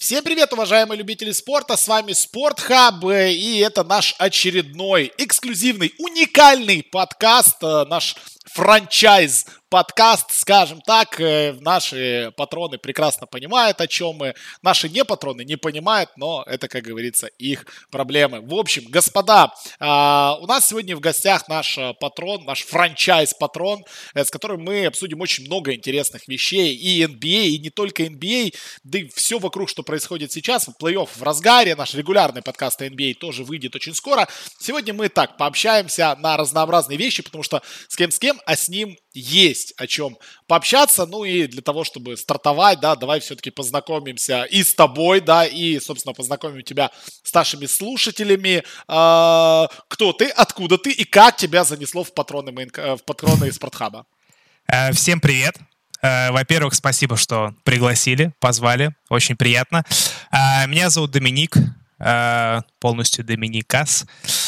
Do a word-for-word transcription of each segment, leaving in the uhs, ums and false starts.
Всем привет, уважаемые любители спорта, с вами Спортхаб, и это наш очередной эксклюзивный, уникальный подкаст, наш франчайз подкаст, скажем так. Наши патроны прекрасно понимают, о чем мы, наши не патроны не понимают, но это, как говорится, их проблемы. В общем, господа, у нас сегодня в гостях наш патрон, наш франчайз-патрон, с которым мы обсудим очень много интересных вещей, и эн би эй, и не только эн би эй, да и все вокруг, что происходит сейчас. Плей-офф в разгаре, наш регулярный подкаст эн би эй тоже выйдет очень скоро. Сегодня мы так пообщаемся на разнообразные вещи, потому что с кем с кем, а с ним есть о чем пообщаться. Ну и для того, чтобы стартовать, да, давай все-таки познакомимся и с тобой, да, и, собственно, познакомим тебя с нашими слушателями. А, кто ты, откуда ты и как тебя занесло в патроны, в патроны Спортхаба? Всем привет. Во-первых, спасибо, что пригласили, позвали. Очень приятно. Меня зовут Доминик, полностью Доминикас.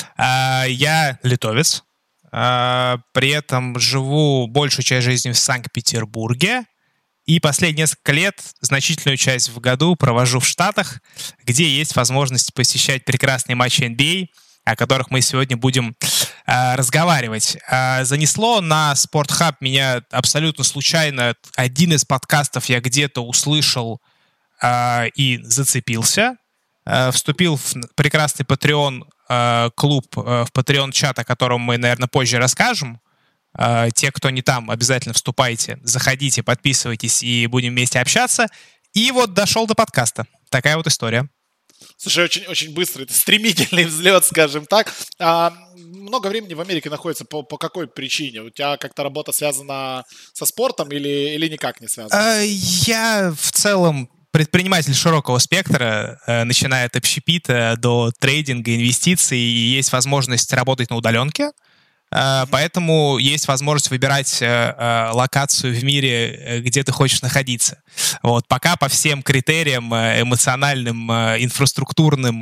Я литовец. При этом живу большую часть жизни в Санкт-Петербурге. И последние несколько лет значительную часть в году провожу в Штатах, где есть возможность посещать прекрасные матчи эн би эй, о которых мы сегодня будем э, разговаривать. Э, занесло на Спортхаб меня абсолютно случайно. Один из подкастов я где-то услышал э, и зацепился. Э, вступил в прекрасный Patreon э, клуб, э, в Patreon-чат, о котором мы, наверное, позже расскажем. Э, те, кто не там, обязательно вступайте, заходите, подписывайтесь, и будем вместе общаться. И вот дошел до подкаста. Такая вот история. Слушай, очень-очень быстрый, стремительный взлет, скажем так. А, много времени в Америке находится. По, по какой причине? У тебя как-то работа связана со спортом или, или никак не связана? Я в целом предприниматель широкого спектра, начиная от общепита до трейдинга, инвестиций, и есть возможность работать на удаленке. Поэтому есть возможность выбирать локацию в мире, где ты хочешь находиться. Вот. Пока по всем критериям эмоциональным, инфраструктурным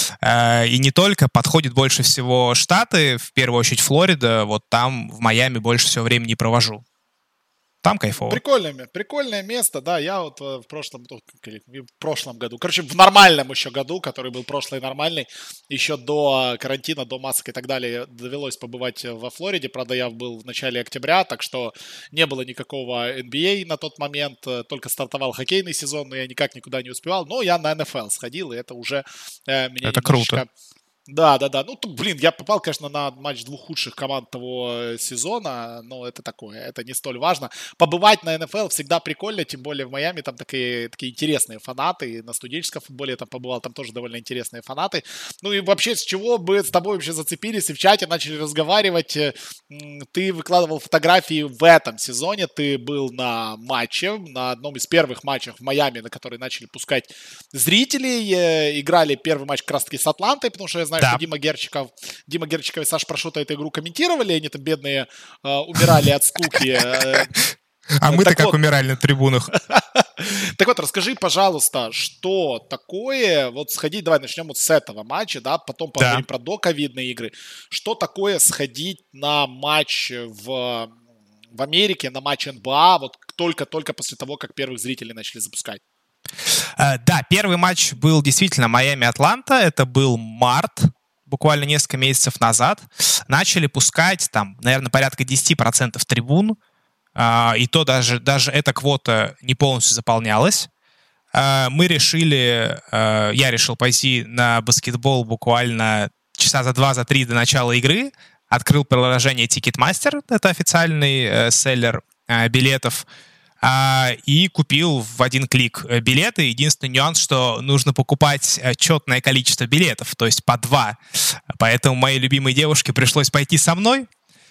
и не только подходит больше всего Штаты, в первую очередь Флорида. Вот там в Майами больше всего времени провожу. Там кайфово. Прикольное, прикольное место, да, я вот в прошлом, в прошлом году, короче, в нормальном еще году, который был прошлый нормальный, еще до карантина, до масок и так далее, довелось побывать во Флориде, правда, я был в начале октября, так что не было никакого эн би эй на тот момент, только стартовал хоккейный сезон, но я никак никуда не успевал, но я на эн эф эл сходил, и это уже э, меня это немножечко... круто. Да, да, да. Ну, то, блин, я попал, конечно, на матч двух худших команд того сезона, но это такое, это не столь важно. Побывать на эн эф эл всегда прикольно, тем более в Майами там такие, такие интересные фанаты. На студенческом футболе я там побывал, там тоже довольно интересные фанаты. Ну и вообще, с чего бы с тобой вообще зацепились и в чате начали разговаривать? Ты выкладывал фотографии в этом сезоне, ты был на матче, на одном из первых матчей в Майами, на который начали пускать зрителей. Играли первый матч как раз-таки с Атлантой, потому что я знаю, да. что Дима Герчиков, Дима Герчиков и Саша Прошута эту игру комментировали, они там бедные э, умирали от скуки. А мы-то как умирали на трибунах. Так вот, расскажи, пожалуйста, что такое, вот сходить, давай начнем вот с этого матча, да, потом поговорим про доковидные игры. Что такое сходить на матч в, в Америке, на матч эн би эй, вот только-только после того, как первых зрителей начали запускать? Uh, да, первый матч был действительно Майами-Атланта, это был март, буквально несколько месяцев назад. Начали пускать там, наверное, порядка десять процентов трибун, uh, и то даже, даже эта квота не полностью заполнялась. Uh, мы решили, uh, я решил пойти на баскетбол буквально часа за два, за три до начала игры, открыл приложение Ticketmaster, это официальный uh, селлер uh, билетов, и купил в один клик билеты. Единственный нюанс, что нужно покупать четное количество билетов, то есть по два. Поэтому моей любимой девушке пришлось пойти со мной.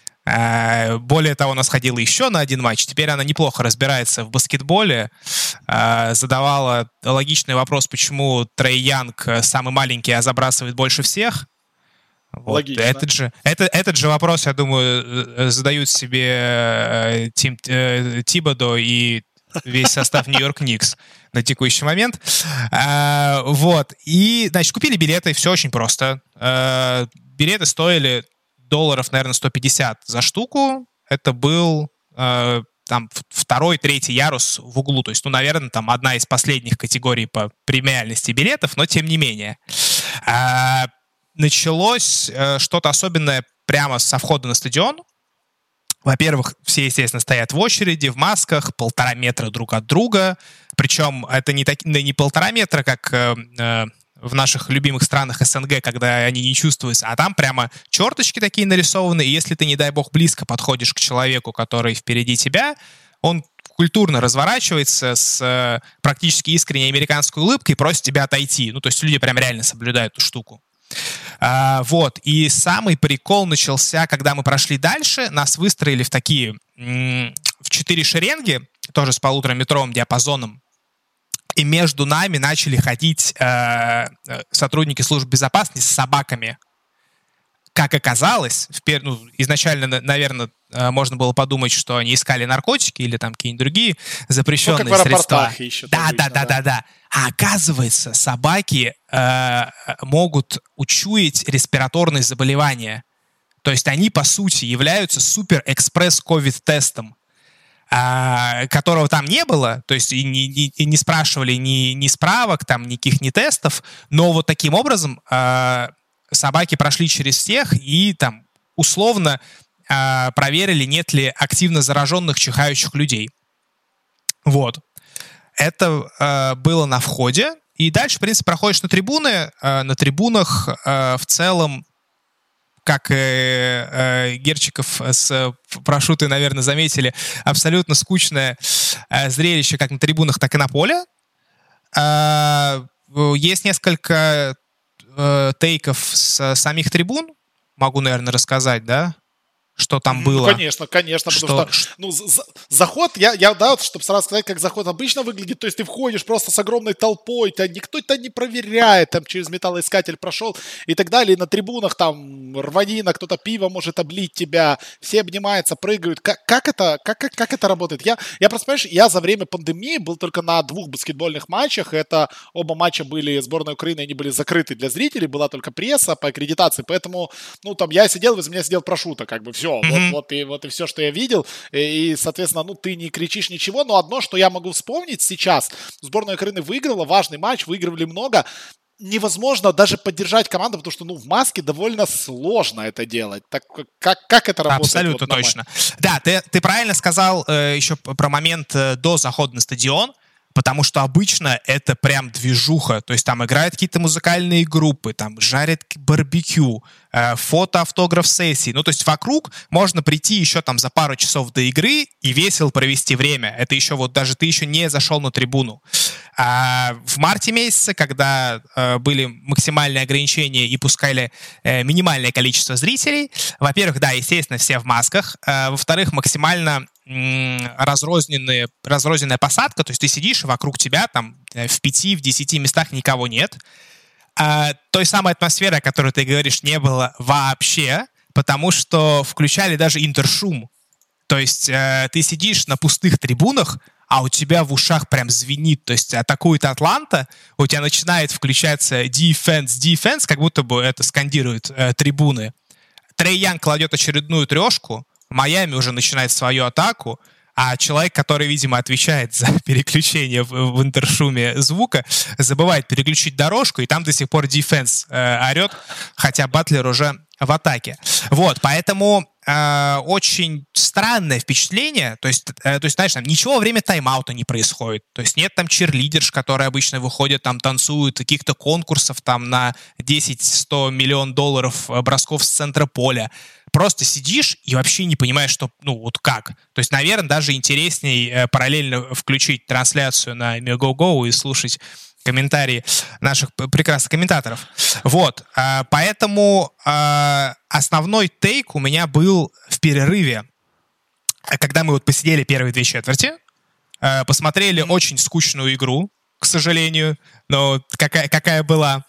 Более того, она сходила еще на один матч. Теперь она неплохо разбирается в баскетболе. Задавала логичный вопрос, почему Трей Янг самый маленький, а забрасывает больше всех. Вот. Этот же, это, этот же вопрос, я думаю, задают себе Тим э, Тибодо и весь состав Нью-Йорк Никс на текущий момент. А, вот. И, значит, купили билеты, все очень просто. А, билеты стоили долларов, наверное, сто пятьдесят за штуку. Это был а, там второй, третий ярус в углу. То есть, ну, наверное, там одна из последних категорий по премиальности билетов, но тем не менее. А, началось а, что-то особенное прямо со входа на стадион. Во-первых, все, естественно, стоят в очереди, в масках, полтора метра друг от друга. Причем это не, так, не полтора метра, как э, э, в наших любимых странах СНГ, когда они не чувствуются, а там прямо черточки такие нарисованы, и если ты, не дай бог, близко подходишь к человеку, который впереди тебя, он культурно разворачивается с э, практически искренней американской улыбкой и просит тебя отойти. Ну, то есть люди прям реально соблюдают эту штуку. А, вот, и самый прикол начался, когда мы прошли дальше, нас выстроили в такие, м- в четыре шеренги, тоже с полутораметровым диапазоном, и между нами начали ходить э, сотрудники служб безопасности с собаками. Как оказалось, в пер... ну, изначально, наверное, можно было подумать, что они искали наркотики или там какие-нибудь другие запрещенные ну, как в средства. Ищут да, обычно, да, да, да, да. А оказывается, собаки э, могут учуять респираторные заболевания. То есть они, по сути, являются супер-экспресс-ковид-тестом, э, которого там не было. То есть и не, и, и не спрашивали ни, ни справок, там, никаких ни тестов. Но вот таким образом э, собаки прошли через всех и там условно э, проверили, нет ли активно зараженных чихающих людей. Вот. Это э, было на входе. И дальше, в принципе, проходишь на трибуны. Э, на трибунах э, в целом, как э, э, Герчиков с парашютой, наверное, заметили, абсолютно скучное э, зрелище как на трибунах, так и на поле. Э, есть несколько э, тейков с самих трибун. Могу, наверное, рассказать, да? Что там было. Ну, конечно, конечно, что... потому что ну, за, заход, я, я, да, вот, чтобы сразу сказать, как заход обычно выглядит, то есть ты входишь просто с огромной толпой, тебя никто это не проверяет, там через металлоискатель прошел и так далее, и на трибунах там рванина, кто-то пиво может облить тебя, все обнимаются, прыгают. Как, как, это, как, как, как это работает? Я, я просто, понимаешь, я за время пандемии был только на двух баскетбольных матчах, это оба матча были сборной Украины, они были закрыты для зрителей, была только пресса по аккредитации, поэтому, ну, там, я сидел, возле меня сидел прошута, как бы, все, Mm-hmm. Вот, вот, и, вот и все, что я видел. И, соответственно, ну, ты не кричишь ничего, но одно, что я могу вспомнить сейчас, сборная Украины выиграла, важный матч, выигрывали много. Невозможно даже поддержать команду, потому что, ну, в маске довольно сложно это делать. Так как, как это работает? Абсолютно вот точно. Да, ты, ты правильно сказал э, еще про момент э, до захода на стадион. Потому что обычно это прям движуха. То есть там играют какие-то музыкальные группы, там жарят барбекю, э, фото-автограф-сессии. Ну, то есть вокруг можно прийти еще там за пару часов до игры и весело провести время. Это еще вот даже ты еще не зашел на трибуну. А в марте месяце, когда э, были максимальные ограничения и пускали э, минимальное количество зрителей, во-первых, да, естественно, все в масках. Э, во-вторых, максимально разрозненные, разрозненная посадка, то есть ты сидишь, и вокруг тебя там в пяти, в десяти местах никого нет. А, той самой атмосферы, о которой ты говоришь, не было вообще, потому что включали даже интершум. То есть э, ты сидишь на пустых трибунах, а у тебя в ушах прям звенит. То есть атакует Атланта, у тебя начинает включаться defense, defense, как будто бы это скандируют э, трибуны. Трей Янг кладет очередную трешку, Майами уже начинает свою атаку, а человек, который, видимо, отвечает за переключение в, в интершуме звука, забывает переключить дорожку, и там до сих пор дефенс э, орет, хотя Батлер уже в атаке. Вот, поэтому э, очень странное впечатление, то есть, э, то есть, знаешь, там ничего во время тайм-аута не происходит, то есть нет там чирлидерш, которые обычно выходят, там танцуют, каких-то конкурсов там на десять-сто миллион долларов бросков с центра поля. Просто сидишь и вообще не понимаешь, что, ну, вот как. То есть, наверное, даже интересней э, параллельно включить трансляцию на Мегаго и слушать комментарии наших прекрасных комментаторов. Вот. Э, поэтому э, основной тейк у меня был в перерыве. Когда мы вот посидели первые две четверти, э, посмотрели mm-hmm. очень скучную игру, к сожалению, но какая, какая была,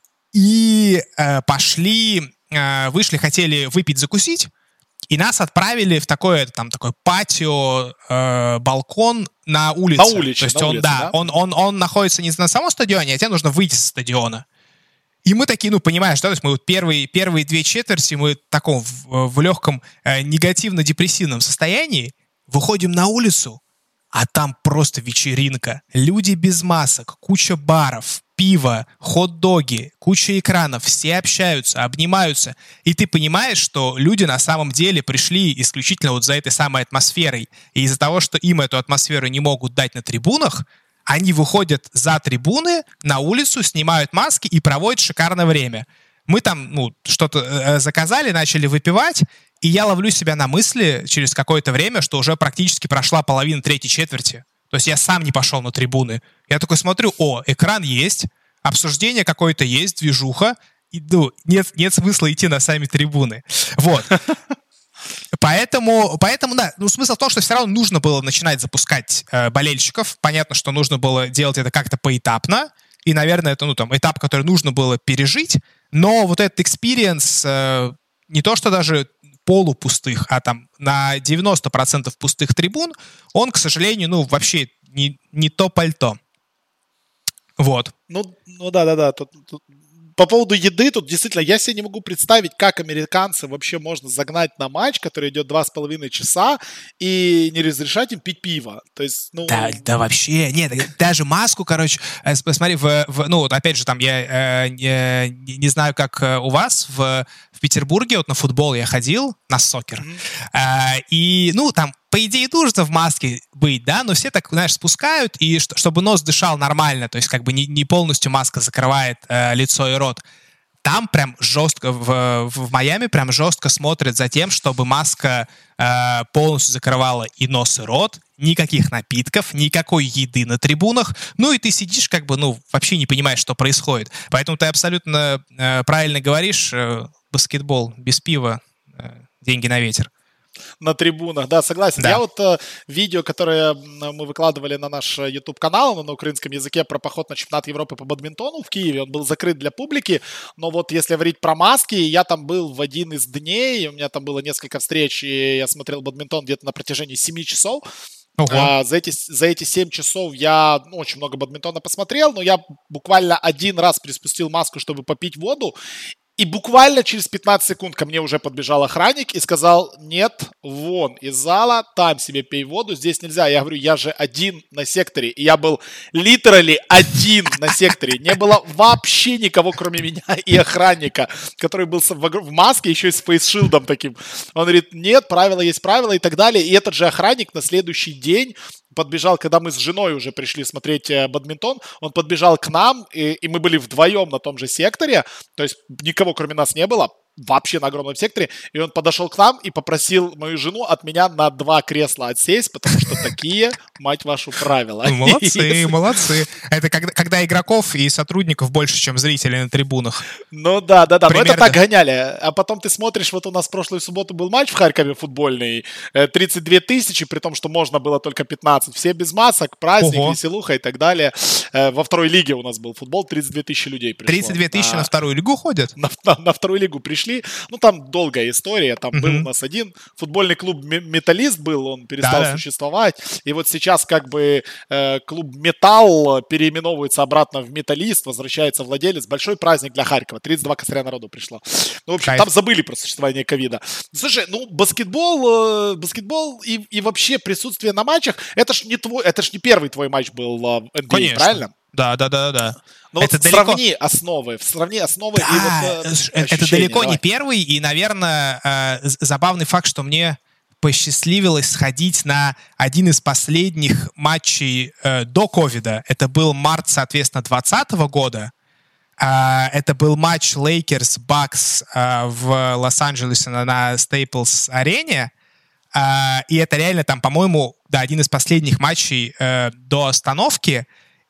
и э, пошли... вышли, хотели выпить, закусить, и нас отправили в такое, там, такое патио, э, балкон на улице. На улице, То есть на он, улице, да, да? Он, он, он находится не на самом стадионе, а тебе нужно выйти со стадиона. И мы такие, ну, понимаешь, да, то есть мы вот первые, первые две четверти, мы в таком, в, в легком э, негативно-депрессивном состоянии, Выходим на улицу, а там просто вечеринка. Люди без масок, куча баров, пиво, хот-доги, куча экранов, все общаются, обнимаются. И ты понимаешь, что люди на самом деле пришли исключительно вот за этой самой атмосферой. И из-за того, что им эту атмосферу не могут дать на трибунах, они выходят за трибуны, на улицу, снимают маски и проводят шикарное время. Мы там, ну, что-то э, заказали, начали выпивать, и я ловлю себя на мысли через какое-то время, что уже практически прошла половина третьей четверти. То есть я сам не пошел на трибуны. Я такой смотрю, о, экран есть, обсуждение какое-то есть, движуха, и, ну, нет, нет смысла идти на сами трибуны. Вот. Поэтому, поэтому, да, ну, смысл в том, что все равно нужно было начинать запускать э, болельщиков. Понятно, что нужно было делать это как-то поэтапно. И, наверное, это, ну, там, этап, который нужно было пережить. Но вот этот экспириенс э, не то, что даже полупустых, а там на девяносто процентов пустых трибун, он, к сожалению, ну, вообще не, не то пальто. Вот. Ну, ну да-да-да, тут, тут... По поводу еды, тут действительно, я себе не могу представить, как американцы вообще можно загнать на матч, который идет два с половиной часа, и не разрешать им пить пиво. То есть, ну... Да, да вообще, нет, даже маску, короче, посмотри, в, в, ну вот опять же, там, я э, не, не знаю, как у вас, в, в Петербурге, вот на футбол я ходил, на сокер, mm-hmm. э, и, ну, там, по идее, нужно в маске быть, да, но все так, знаешь, спускают, и чтобы нос дышал нормально, то есть как бы не, не полностью маска закрывает э, лицо и рот. Там прям жестко, в, в Майами прям жестко смотрят за тем, чтобы маска э, полностью закрывала и нос, и рот, никаких напитков, никакой еды на трибунах, ну и ты сидишь как бы, ну, вообще не понимаешь, что происходит. Поэтому ты абсолютно э, правильно говоришь, э, баскетбол без пива, э, деньги на ветер. На трибунах, да, согласен. Да. Я вот э, видео, которое мы выкладывали на наш YouTube-канал на украинском языке про поход на чемпионат Европы по бадминтону в Киеве, он был закрыт для публики, но вот если говорить про маски, я там был в один из дней, у меня там было несколько встреч, и я смотрел бадминтон где-то на протяжении семи часов. А, за, эти, за эти семь часов я ну, очень много бадминтона посмотрел, но я буквально один раз приспустил маску, чтобы попить воду. И буквально через пятнадцать секунд ко мне уже подбежал охранник и сказал: нет, вон из зала, там себе пей воду, здесь нельзя. Я говорю, я же один на секторе. И я был literally один на секторе. Не было вообще никого, кроме меня и охранника, который был в маске, еще и с фейсшилдом таким. Он говорит, нет, правила есть правила и так далее. И этот же охранник на следующий день подбежал, когда мы с женой уже пришли смотреть э, бадминтон, он подбежал к нам, и, и мы были вдвоем на том же секторе, то есть никого кроме нас не было, вообще на огромном секторе, и он подошел к нам и попросил мою жену от меня на два кресла отсесть, потому что такие, мать вашу, правила. Молодцы, молодцы. Это когда, когда игроков и сотрудников больше, чем зрителей на трибунах. Ну да, да, да, но это так гоняли. А потом ты смотришь, вот у нас в прошлую субботу был матч в Харькове футбольный, тридцать две тысячи, при том, что можно было только пятнадцать. Все без масок, праздник, Ого. Веселуха и так далее. Во второй лиге у нас был футбол, тридцать две тысячи людей пришло. тридцать две тысячи на, на вторую лигу ходят? На, на, на вторую лигу пришли. Ну, там долгая история. Там uh-huh. был у нас один футбольный клуб «Металлист» был, он перестал да, существовать. Да. И вот сейчас как бы э, клуб «Металл» переименовывается обратно в «Металлист», возвращается владелец. Большой праздник для Харькова. тридцать два косаря народу пришло. Ну, в общем, Кайф. Там забыли про существование ковида. Слушай, ну, баскетбол, э, баскетбол и, и вообще присутствие на матчах, это ж не твой, это ж не первый твой матч был в эн би эй, Конечно. Правильно? Да, да, да, да. Но это вот далеко... сравни основы, сравни основы да, и вот э, это далеко давай. Не первый, и, наверное, э, забавный факт, что мне посчастливилось сходить на один из последних матчей э, до ковида. Это был март, соответственно, двадцатого года. Э, это был матч Lakers-Bucks э, в Лос-Анджелесе на, на Staples-арене. Э, и это реально там, по-моему, да, один из последних матчей э, до остановки.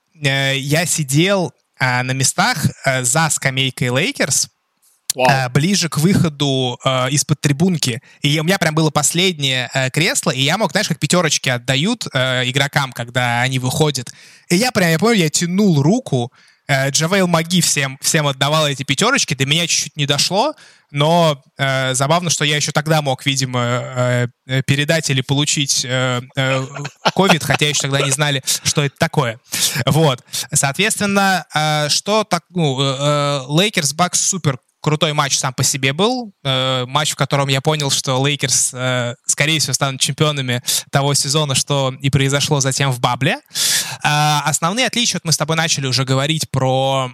Э, я сидел э, на местах э, за скамейкой Lakers, wow. ближе к выходу э, из-под трибунки. И у меня прям было последнее э, кресло, и я мог, знаешь, как пятерочки отдают э, игрокам, когда они выходят. И я прям, я помню, я тянул руку, э, Джавейл Маги всем, всем отдавал эти пятерочки, до меня чуть-чуть не дошло, но э, забавно, что я еще тогда мог, видимо, э, передать или получить э, э, ковид, хотя еще тогда не знали, что это такое. Вот. Соответственно, э, что так, ну, э, Lakers Bucks супер крутой матч сам по себе был. Э, матч, в котором я понял, что Лейкерс, э, скорее всего, станут чемпионами того сезона, что и произошло затем в бабле. Э, основные отличия, вот мы с тобой начали уже говорить про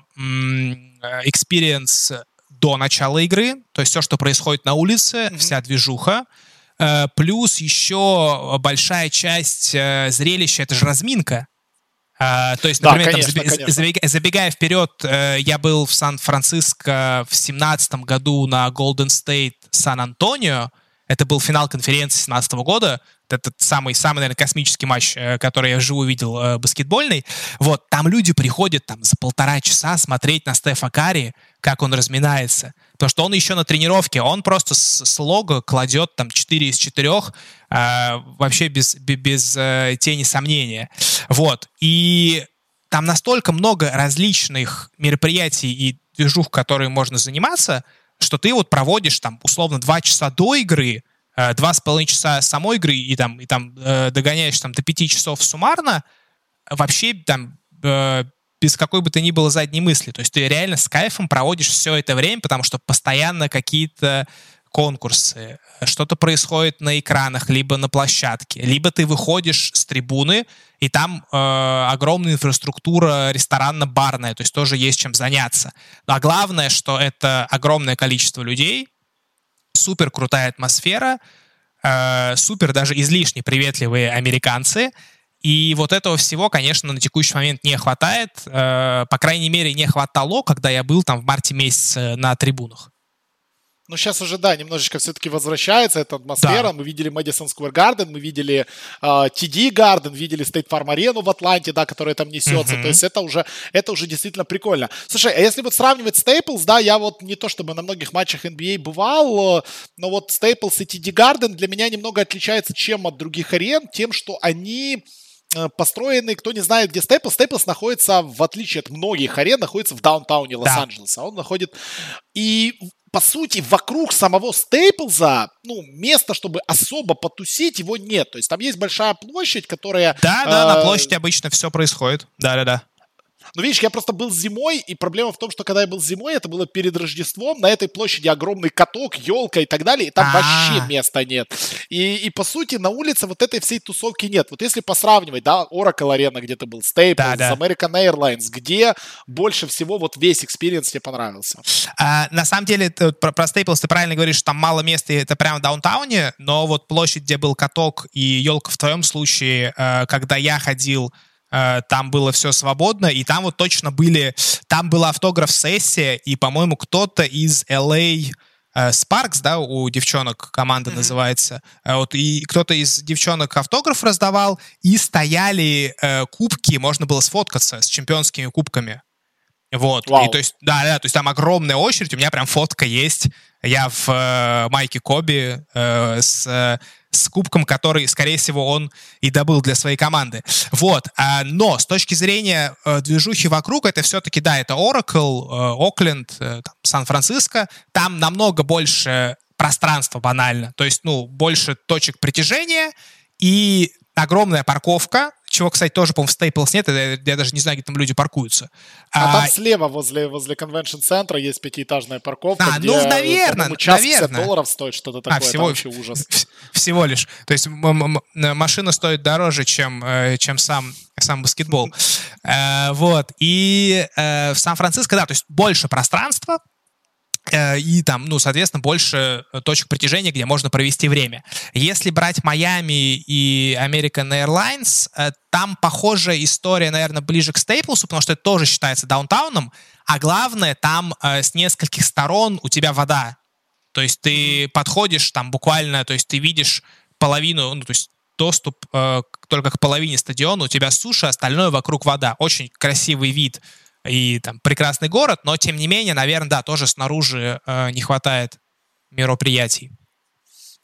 экспириенс до начала игры, то есть все, что происходит на улице, mm-hmm. вся движуха. Э, плюс еще большая часть э, зрелища — это же разминка. Uh, то есть, например, да, конечно, там, забег, конечно. забегая вперед, uh, я был в Сан-Франциско в семнадцатом году на Golden State Сан-Антонио. Это был финал конференции семнадцатого года. Это самый, самый, наверное, космический матч, который я вживую видел, uh, баскетбольный. Вот, там люди приходят там, за полтора часа смотреть на Стефа Карри, как он разминается. Потому что он еще на тренировке, он просто с, с лого кладет там четыре из четырех, э, вообще без, без, без э, тени сомнения. Вот. И там настолько много различных мероприятий и движух, которые можно заниматься, что ты вот проводишь там условно два часа до игры, э, два с половиной часа самой игры и там, и, там э, догоняешь там, до пяти часов суммарно, вообще там... Э, без какой бы то ни было задней мысли. То есть ты реально с кайфом проводишь все это время, потому что постоянно какие-то конкурсы, что-то происходит на экранах, либо на площадке, либо ты выходишь с трибуны, и там э, огромная инфраструктура ресторанно-барная, то есть тоже есть чем заняться. А главное, что это огромное количество людей, супер крутая атмосфера, э, супер даже излишне приветливые американцы. И вот этого всего, конечно, на текущий момент не хватает. Э, по крайней мере, не хватало, когда я был там в марте месяце на трибунах. Ну, сейчас уже, да, немножечко все-таки возвращается эта атмосфера. Да. Мы видели Madison Square Garden, мы видели э, ти ди Garden, видели State Farm Arena в Атланте, да, которая там несется. Mm-hmm. То есть это уже, это уже действительно прикольно. Слушай, а если вот сравнивать Staples, да, я вот не то чтобы на многих матчах эн би эй бывал, но вот Staples и ти ди Garden для меня немного отличаются чем от других арен, тем, что они... построенный, кто не знает, где Стейплс. Стейплс находится, в отличие от многих арен, находится в даунтауне Лос-Анджелеса. Да. Он находит... И, по сути, вокруг самого Стейплза, ну, места, чтобы особо потусить, его нет. То есть там есть большая площадь, которая... Да, э- да, на площади обычно все происходит. Да-да-да. Ну, видишь, я просто был зимой, и проблема в том, что когда я был зимой, это было перед Рождеством, на этой площади огромный каток, елка и так далее, и там А-а-а. вообще места нет. И, и, по сути, на улице вот этой всей тусовки нет. Вот если посравнивать, да, Oracle Arena, где ты был, Staples, да, да. American Airlines, где больше всего вот весь экспириенс тебе понравился? А, на самом деле, ты, про, про Staples ты правильно говоришь, что там мало места, и это прямо в даунтауне, но вот площадь, где был каток и елка в твоем случае, когда я ходил, там было все свободно, и там вот точно были... Там была автограф-сессия, и, по-моему, кто-то из эл эй Sparks, да, у девчонок команда mm-hmm. называется, вот, и кто-то из девчонок автограф раздавал, и стояли э, кубки, можно было сфоткаться с чемпионскими кубками. Вот, wow. и то есть, да, да, то есть там огромная очередь, у меня прям фотка есть, я в э, майке Коби э, с... Э, с кубком, который, скорее всего, он и добыл для своей команды. Вот. А, но с точки зрения э, движухи вокруг, это все-таки, да, это Oracle, э, Окленд, э, там, Сан-Франциско. Там намного больше пространства банально. То есть, ну, больше точек притяжения и огромная парковка, чего, кстати, тоже, по-моему, в Staples нет, я, я даже не знаю, где там люди паркуются. А, а там слева, возле, возле конвеншн-центра, есть пятиэтажная парковка, а, где, ну, наверное, час наверное. пятьдесят долларов стоит, что-то такое, а, всего, вообще ужас. Всего лишь. То есть м- м- машина стоит дороже, чем, чем сам, сам баскетбол. Вот. И в Сан-Франциско, да, то есть больше пространства, и там, ну, соответственно, больше точек притяжения, где можно провести время. Если брать Майами и American Airlines, там похожая история, наверное, ближе к Стейплсу, потому что это тоже считается даунтауном, а главное, там с нескольких сторон у тебя вода. То есть ты подходишь там буквально, то есть ты видишь половину, ну, то есть доступ э, только к половине стадиона, у тебя суша, остальное вокруг вода. Очень красивый вид и там прекрасный город, но тем не менее, наверное, да, тоже снаружи э, не хватает мероприятий.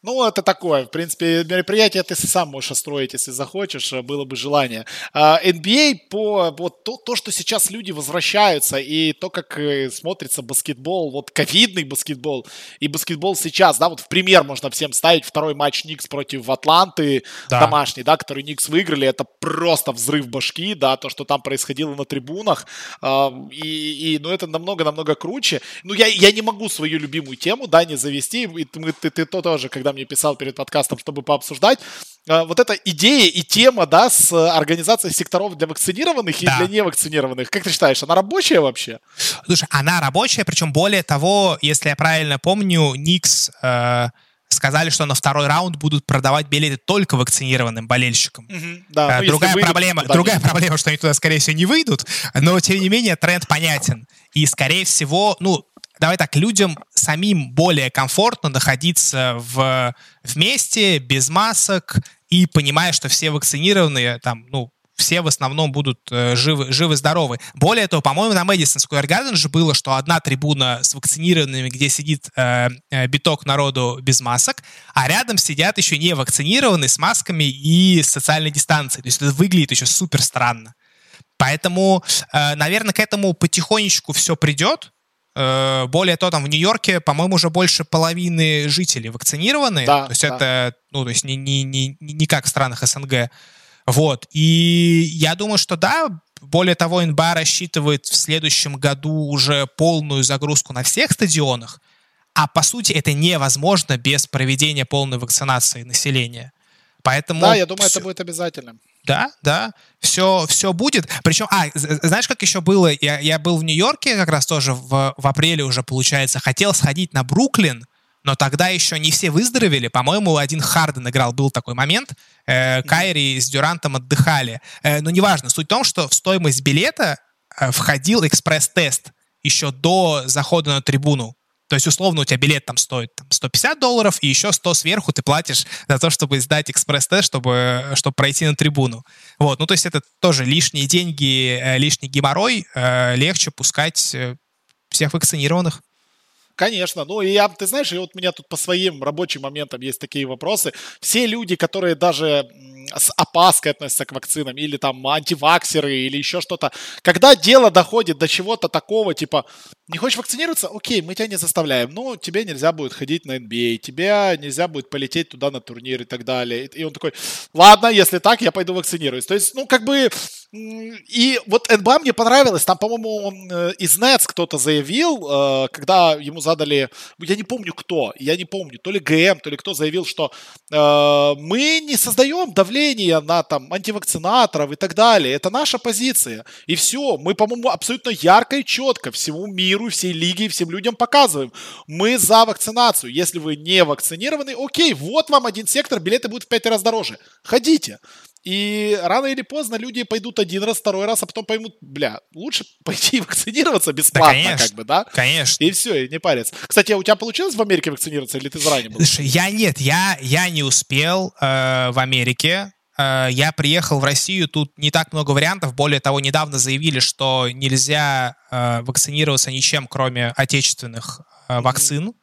Ну, это такое. В принципе, мероприятие ты сам можешь устроить, если захочешь, было бы желание. А, эн би эй, по вот то, то, что сейчас люди возвращаются, и то, как э, смотрится баскетбол, вот ковидный баскетбол, и баскетбол сейчас, да, вот в пример можно всем ставить второй матч Никс против Атланты, Да. домашний, да, который Никс выиграли, это просто взрыв башки, да, то, что там происходило на трибунах, а, и, и, ну, это намного-намного круче. Ну, я, я не могу свою любимую тему, да, не завести, и ты, ты, ты то тоже, когда мне писал перед подкастом, чтобы пообсуждать, вот эта идея и тема, да, с организацией секторов для вакцинированных Да. и для невакцинированных. Как ты считаешь, она рабочая вообще? Слушай, она рабочая, причем более того, если я правильно помню, Никс э, сказали, что на второй раунд будут продавать билеты только вакцинированным болельщикам. Угу, да, э, ну, другая выйдут, проблема, туда другая не- проблема, что они туда, скорее всего, не выйдут, но, тем не менее, тренд понятен. И, скорее всего, ну, давай так, людям самим более комфортно находиться в, вместе, без масок, и понимая, что все вакцинированные, там, ну, все в основном будут э, живы, живы-здоровы. Более того, по-моему, на Мэдисон Сквер Гарден же было, что одна трибуна с вакцинированными, где сидит э, э, биток народу без масок, а рядом сидят еще не вакцинированные с масками и с социальной дистанцией. То есть это выглядит еще супер странно. Поэтому, э, наверное, к этому потихонечку все придет. Э, Более того, там в Нью-Йорке, по-моему, уже больше половины жителей вакцинированы. Да, то есть да. это, ну, то есть не, не, не, не как в странах СНГ. Вот. И я думаю, что да, более того, эн бэ а рассчитывает в следующем году уже полную загрузку на всех стадионах, а по сути это невозможно без проведения полной вакцинации населения. Поэтому Да, я думаю, всё- это будет обязательно. да, да, все, все будет. Причем, а, з- знаешь, как еще было? Я, я был в Нью-Йорке как раз тоже в, в апреле уже, получается. Хотел сходить на Бруклин, но тогда еще не все выздоровели. По-моему, один Харден играл, был такой момент. Э, Кайри с Дюрантом отдыхали. Э, но неважно. Суть в том, что в стоимость билета э, входил экспресс-тест еще до захода на трибуну. То есть, условно, у тебя билет там стоит там, сто пятьдесят долларов, и еще сто сверху ты платишь за то, чтобы сдать экспресс-тест, чтобы, чтобы пройти на трибуну. Вот, ну, то есть это тоже лишние деньги, э, лишний геморрой, э, легче пускать э, всех вакцинированных. Конечно. Ну, и я, ты знаешь, и вот у меня тут по своим рабочим моментам есть такие вопросы. Все люди, которые даже м, с опаской относятся к вакцинам, или там антиваксеры, или еще что-то, когда дело доходит до чего-то такого, типа, не хочешь вакцинироваться? Окей, мы тебя не заставляем. Ну, тебе нельзя будет ходить на эн би эй, тебе нельзя будет полететь туда на турнир и так далее. И он такой, ладно, если так, я пойду вакцинируюсь. То есть, ну, как бы... м, И вот эн бэ а мне понравилось. Там, по-моему, он, э, из Нетс кто-то заявил, э, когда ему задали... Я не помню кто, я не помню, то ли гэ эм, то ли кто заявил, что э, мы не создаем давление на там антивакцинаторов и так далее. Это наша позиция. И все. Мы, по-моему, абсолютно ярко и четко всему миру, всей лиге, всем людям показываем. Мы за вакцинацию. Если вы не вакцинированы, окей, вот вам один сектор, билеты будут в пять раз дороже. Ходите. И рано или поздно люди пойдут один раз, второй раз, а потом поймут, бля, лучше пойти вакцинироваться бесплатно, конечно, как бы, да? Конечно. И все, и не париться. Кстати, а у тебя получилось в Америке вакцинироваться, или ты заранее был? Слушай, я нет, я, я не успел э, в Америке. Э, я приехал в Россию, тут не так много вариантов. Более того, недавно заявили, что нельзя э, вакцинироваться ничем, кроме отечественных э, вакцин.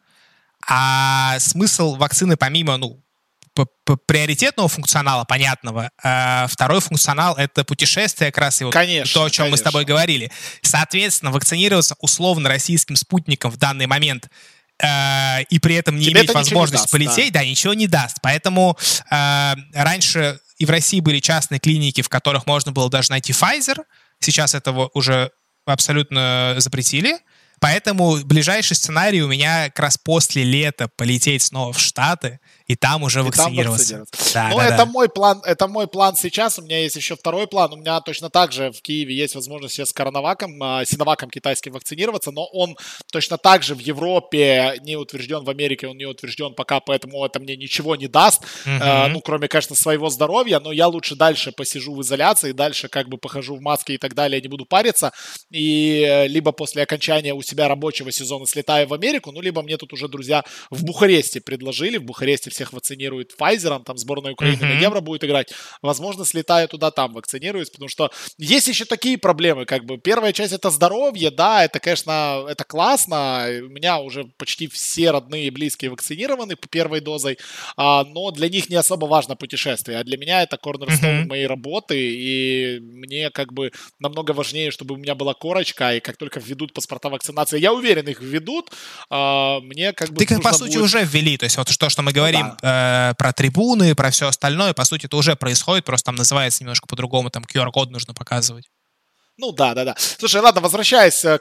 А смысл вакцины, помимо, ну, п- п- приоритетного функционала, понятного, э, второй функционал — это путешествие, как раз и вот Конечно, то, о чем мы с конечно. тобой говорили. Соответственно, вакцинироваться условно российским спутником в данный момент э, и при этом не Тебе иметь это ничего не возможности даст, полететь, да. ничего не даст. Поэтому э, раньше и в России были частные клиники, в которых можно было даже найти Pfizer. Сейчас этого уже абсолютно запретили. Поэтому ближайший сценарий у меня как раз после лета полететь снова в Штаты и там уже И там вакцинироваться. вакцинироваться. Да, Ну, да, это да. мой план, это мой план сейчас. У меня есть еще второй план. У меня точно так же в Киеве есть возможность сейчас с коронаваком, а, синоваком китайским вакцинироваться, но он точно так же в Европе не утвержден, в Америке он не утвержден пока, поэтому это мне ничего не даст. Мгм. А, ну, кроме, конечно, своего здоровья, но я лучше дальше посижу в изоляции, дальше как бы похожу в маске и так далее, не буду париться. И э, либо после окончания у себя рабочего сезона слетаю в Америку, ну, либо мне тут уже друзья в Бухаресте предложили. В Бухаресте всех вакцинирует Pfizer, там сборная Украины mm-hmm. на Евро будет играть, возможно, слетаю туда, там вакцинируюсь, потому что есть еще такие проблемы, как бы первая часть это здоровье, да, это, конечно, это классно, у меня уже почти все родные и близкие вакцинированы по первой дозой, а, но для них не особо важно путешествие, а для меня это корнерстоун mm-hmm. моей работы, и мне как бы намного важнее, чтобы у меня была корочка, и как только введут паспорта вакцинации, я уверен, их введут, а, мне как бы... Ты, по сути, будет... уже ввели, то есть вот то, что мы говорим ну, да. э, про трибуны, про все остальное, по сути, это уже происходит, просто там называется немножко по-другому, там ку ар-код нужно показывать. Ну да, да, да. Слушай, ладно, возвращаясь к,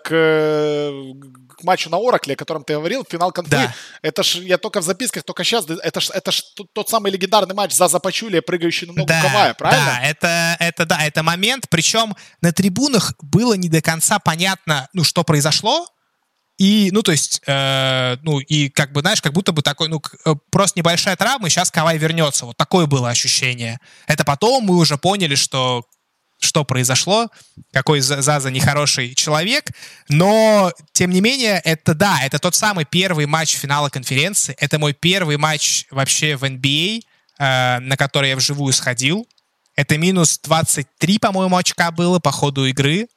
к матчу на Оракле, о котором ты говорил, финал конфы, да. Это ж, я только в записках, только сейчас, это ж, это ж тот, тот самый легендарный матч за Запачулия, прыгающий на ногу да, Кавая, правильно? Да, это, это, да, это момент, причем на трибунах было не до конца понятно, ну, что произошло, и, ну, то есть, э, ну, и как бы, знаешь, как будто бы такой, ну, просто небольшая травма, и сейчас Кавай вернется, вот такое было ощущение. Это потом мы уже поняли, что что произошло, какой Заза нехороший человек, но, тем не менее, это, да, это тот самый первый матч финала конференции, это мой первый матч вообще в эн би эй, э, на который я вживую сходил, это минус двадцать три, по-моему, очка было по ходу игры,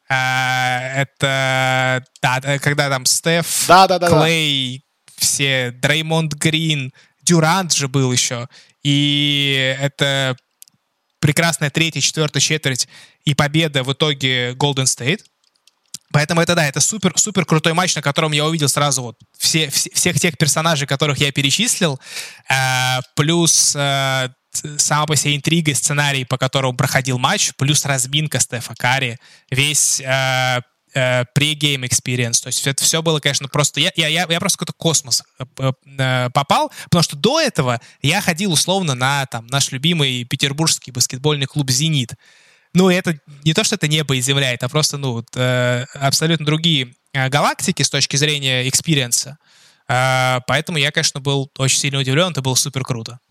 э, это, да, когда там Стеф, да, да, да, Клей, да. все, Дреймонд Грин, Дюрант же был еще, и это... прекрасная третья, четвертая четверть и победа в итоге Golden State. Поэтому это, да, это супер, супер крутой матч, на котором я увидел сразу вот все, все, всех тех персонажей, которых я перечислил, э, плюс э, сама по себе интрига и сценарий, по которому проходил матч, плюс разминка Стефа Карри, весь... Э, pre-game experience. То есть это все было, конечно, просто... Я, я, я просто в какой-то космос попал, потому что до этого я ходил условно на там, наш любимый петербургский баскетбольный клуб «Зенит». Ну, это не то, что это небо и земля, это просто, ну, абсолютно другие галактики с точки зрения экспириенса. Поэтому я, конечно, был очень сильно удивлен, это было супер круто.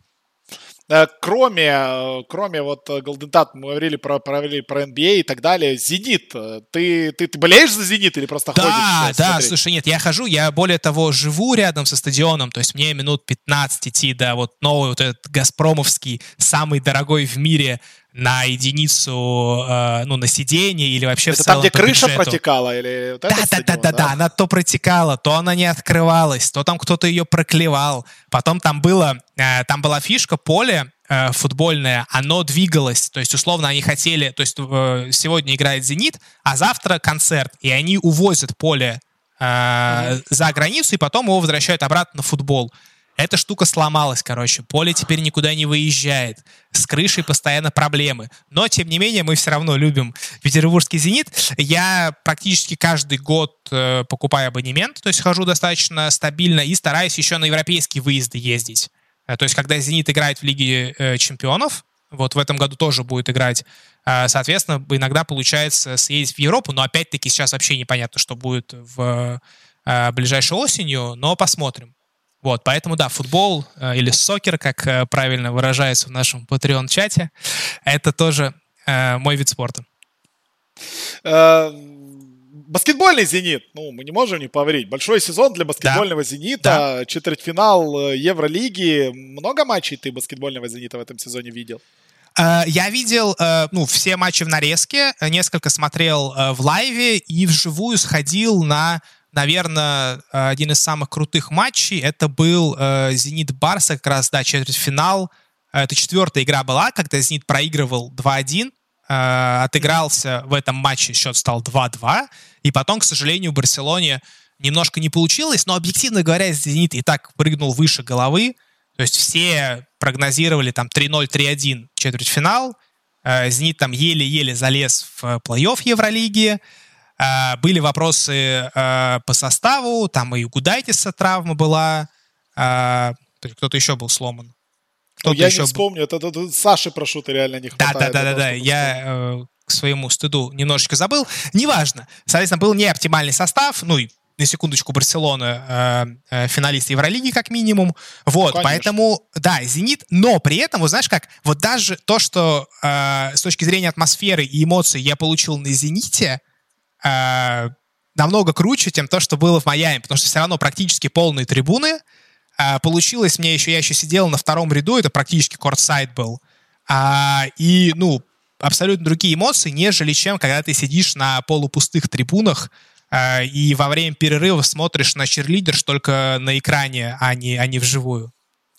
Кроме, кроме вот Golden State, мы говорили про, про, про эн би эй и так далее, «Зенит», ты, ты, ты болеешь за «Зенит» или просто да, ходишь? Да, да, смотреть? Слушай, нет, я хожу, я более того живу рядом со стадионом, то есть мне минут пятнадцать идти до вот новый вот этот газпромовский, самый дорогой в мире на единицу, э, ну, на сиденье или вообще это в целом там, где по крыша бюджету. протекала? Или вот да, да, стадион, да, да, да, она то протекала, то она не открывалась, то там кто-то ее проклевал. Потом там было, э, там была фишка, поле э, футбольное, оно двигалось, то есть условно они хотели, то есть э, сегодня играет «Зенит», а завтра концерт, и они увозят поле э, mm-hmm. за границу, и потом его возвращают обратно на футбол. Эта штука сломалась, короче. Поле теперь никуда не выезжает. С крышей постоянно проблемы. Но, тем не менее, мы все равно любим петербургский «Зенит». Я практически каждый год э, покупаю абонемент, то есть хожу достаточно стабильно и стараюсь еще на европейские выезды ездить. Э, то есть, когда «Зенит» играет в Лиге э, чемпионов, вот в этом году тоже будет играть, э, соответственно, иногда получается съездить в Европу, но опять-таки сейчас вообще непонятно, что будет в э, ближайшей осенью, но посмотрим. Вот, поэтому, да, футбол э, или сокер, как э, правильно выражается в нашем Patreon-чате, это тоже э, мой вид спорта. Баскетбольный «Зенит», ну, мы не можем не поверить. Большой сезон для баскетбольного да. «Зенита», да. Четвертьфинал Евролиги. Много матчей ты баскетбольного «Зенита» в этом сезоне видел? Uh, я видел uh, ну, все матчи в нарезке, несколько смотрел uh, в лайве и вживую сходил на... Наверное, один из самых крутых матчей это был э, «Зенит-Барса», как раз, да, четвертьфинал. Это четвертая игра была, когда «Зенит» проигрывал два один, э, отыгрался в этом матче, счет стал два-два, и потом, к сожалению, в Барселоне немножко не получилось, но, объективно говоря, «Зенит» и так прыгнул выше головы, то есть все прогнозировали там три ноль, три один четвертьфинал, э, «Зенит» там еле-еле залез в плей-офф Евролиги. Uh, были вопросы uh, по составу, там и у Гудайтиса травма была, uh, кто-то еще был сломан. Кто-то ну, я еще не вспомню, это, это, это Саши прошу-то реально не хватает. Да-да-да, я uh, к своему стыду немножечко забыл. Неважно, соответственно, был неоптимальный состав, ну и на секундочку Барселона uh, uh, финалист Евролиги как минимум. Вот, ну, поэтому, да, «Зенит», но при этом, вот знаешь как, вот даже то, что uh, с точки зрения атмосферы и эмоций я получил на «Зените», Uh, намного круче, чем то, что было в Майами, потому что все равно практически полные трибуны, А, получилось мне еще, я еще сидел на втором ряду, это практически кортсайд был. А, и, ну, абсолютно другие эмоции, нежели чем, когда ты сидишь на полупустых трибунах а, и во время перерыва смотришь на чирлидерш только на экране, а не, а не вживую.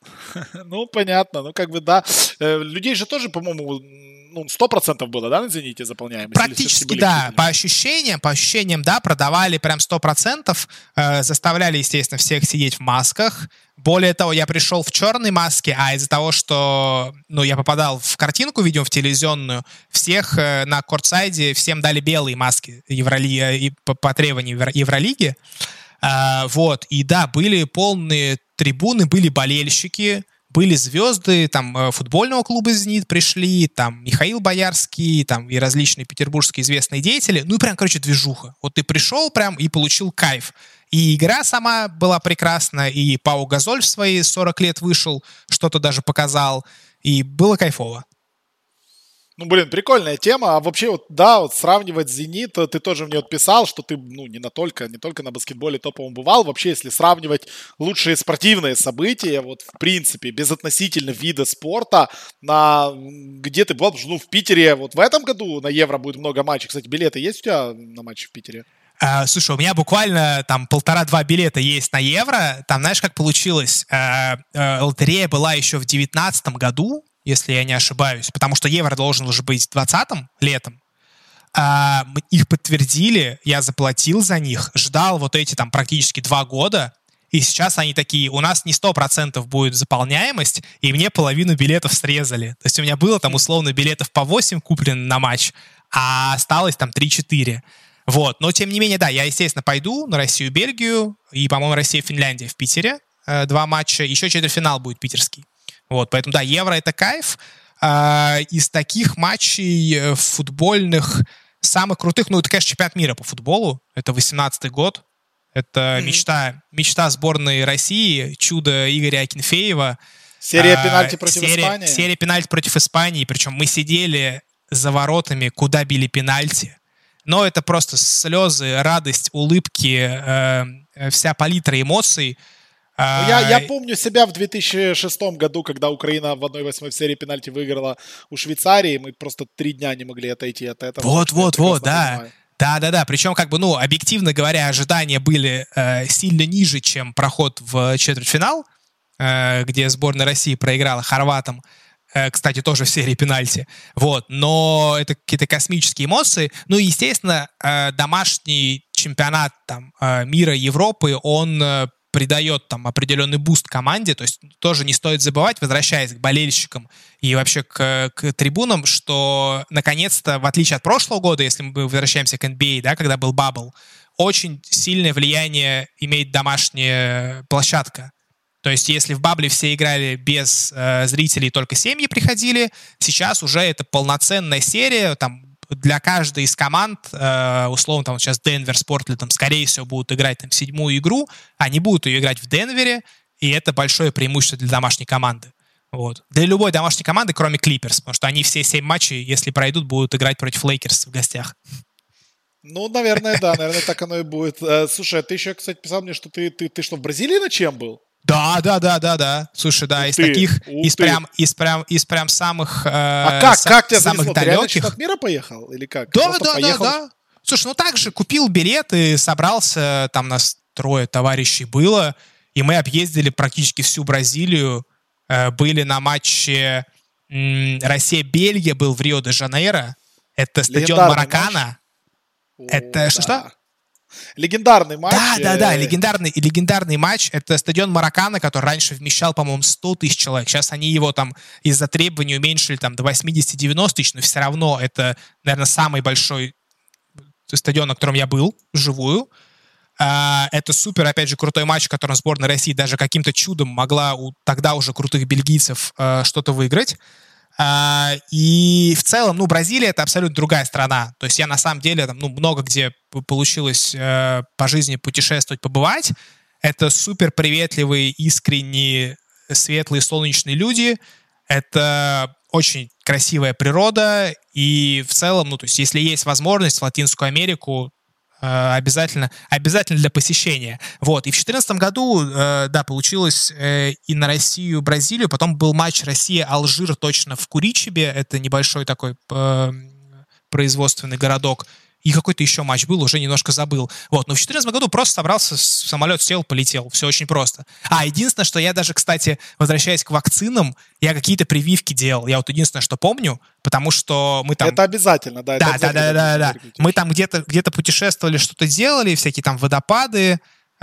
Ну, понятно. Ну, как бы, да. Людей же тоже, по-моему, ну, сто процентов было, да, на «Зените» заполняемость? Практически, да. По ощущениям, по ощущениям, да, продавали прям сто процентов. Э, заставляли, естественно, всех сидеть в масках. Более того, я пришел в черной маске, а из-за того, что, ну, я попадал в картинку, видимо, в телевизионную, всех э, на кортсайде, всем дали белые маски Евроли... и по, по требованию Евролиги. Э, вот. И да, были полные трибуны, были болельщики, были звезды, там, футбольного клуба «Зенит» пришли, там, Михаил Боярский, там, и различные петербургские известные деятели. Ну и прям, короче, движуха. Вот ты пришел прям и получил кайф. И игра сама была прекрасна, и Пау Газоль в свои сорок лет вышел, что-то даже показал, и было кайфово. Ну, блин, прикольная тема. А вообще, вот, да, вот сравнивать «Зенит», ты тоже мне вот писал, что ты, ну, не на только, не только на баскетболе топовом бывал. Вообще, если сравнивать лучшие спортивные события, вот, в принципе, безотносительно вида спорта, на где ты был? Ну, в Питере, вот в этом году на Евро будет много матчей. Кстати, билеты есть у тебя на матч в Питере? Uh, слушай, у меня буквально там полтора-два билета есть на Евро. Там, знаешь, как получилось? Uh, uh, лотерея была еще в девятнадцатом году, если я не ошибаюсь, потому что Евро должен уже быть в двадцатом летом. Uh, их подтвердили, я заплатил за них, ждал вот эти там практически два года, и сейчас они такие, у нас не сто процентов будет заполняемость, и мне половину билетов срезали. То есть у меня было там условно билетов по восемь куплено на матч, а осталось там три-четыре. Вот, но тем не менее, да, я, естественно, пойду на Россию-Бельгию и, по-моему, Россия-Финляндия в Питере. Э, два матча, еще четвертьфинал будет питерский. Вот, поэтому, да, Евро — это кайф. Э, из таких матчей футбольных самых крутых, ну, это, конечно, чемпионат мира по футболу. Это восемнадцатый год. Это mm-hmm. мечта, мечта сборной России, чудо Игоря Акинфеева. Серия э, пенальти против серия, Испании. Серия пенальти против Испании. Причем мы сидели за воротами, куда били пенальти. Но это просто слезы, радость, улыбки, э, вся палитра эмоций. Ну, я, я помню себя в две тысячи шестом году, когда Украина в одной восьмой в серии пенальти выиграла у Швейцарии. Мы просто три дня не могли отойти от этого. Вот, вот, вот, да. Да, да, да. Причем, как бы, ну, объективно говоря, ожидания были э, сильно ниже, чем проход в четвертьфинал, э, где сборная России проиграла хорватам. Кстати, тоже в серии пенальти. Вот. Но это какие-то космические эмоции. Ну и, естественно, домашний чемпионат там, мира, Европы, он придает там определенный буст команде. То есть тоже не стоит забывать, возвращаясь к болельщикам и вообще к, к трибунам, что наконец-то, в отличие от прошлого года, если мы возвращаемся к эн би эй, да, когда был бабл, очень сильное влияние имеет домашняя площадка. То есть, если в бабле все играли без э, зрителей, только семьи приходили, сейчас уже это полноценная серия, там, для каждой из команд, э, условно, там, сейчас Денвер с Портлендом, скорее всего, будут играть там седьмую игру, они будут ее играть в Денвере, и это большое преимущество для домашней команды. Вот. Для любой домашней команды, кроме Клиперс, потому что они все семь матчей, если пройдут, будут играть против Лейкерс в гостях. Ну, наверное, да, наверное, так оно и будет. Слушай, а ты еще, кстати, писал мне, что ты, ты, ты что, в Бразилии на чем был? Да, да, да, да, да. Слушай, да, ух из ты, таких, из прям, из прям, из прям самых, э, а как, с, как тебя самых занесло? далеких. Ты реально в чемпионат мира поехал или как? Да, Просто да, поехал? да, да. Слушай, ну так же купил билет и собрался, там нас трое товарищей было, и мы объездили практически всю Бразилию, э, были на матче м- Россия-Бельгия, был в Рио-де-Жанейро, это стадион Маракана. Это что-что? Легендарный матч. Да, да, да, легендарный, легендарный матч. Это стадион Маракана, который раньше вмещал, по-моему, сто тысяч человек. Сейчас они его там из-за требований уменьшили там, до восемьдесят-девяносто тысяч, но все равно это, наверное, самый большой стадион, на котором я был вживую. Это супер, опять же, крутой матч, в котором сборная России даже каким-то чудом могла у тогда уже крутых бельгийцев что-то выиграть. Uh, и в целом, ну, Бразилия — это абсолютно другая страна. То есть я, на самом деле, там, ну, много где получилось uh, по жизни путешествовать, побывать. Это супер приветливые, искренние, светлые, солнечные люди. Это очень красивая природа. И в целом, ну, то есть если есть возможность в Латинскую Америку, э, обязательно, обязательно для посещения. Вот. И в две тысячи четырнадцатом году, э, да, получилось э, и на Россию, Бразилию. Потом был матч Россия-Алжир точно в Куричебе. Это небольшой такой э, производственный городок. И какой-то еще матч был, уже немножко забыл. Вот. Но в две тысячи четырнадцатом году просто собрался, самолет сел, полетел. Все очень просто. А, единственное, что я даже, кстати, возвращаясь к вакцинам, я какие-то прививки делал. Я вот единственное, что помню, потому что мы там... Это обязательно, да. Да, это да, да, да, да. Мы там где-то, где-то путешествовали, что-то делали, всякие там водопады,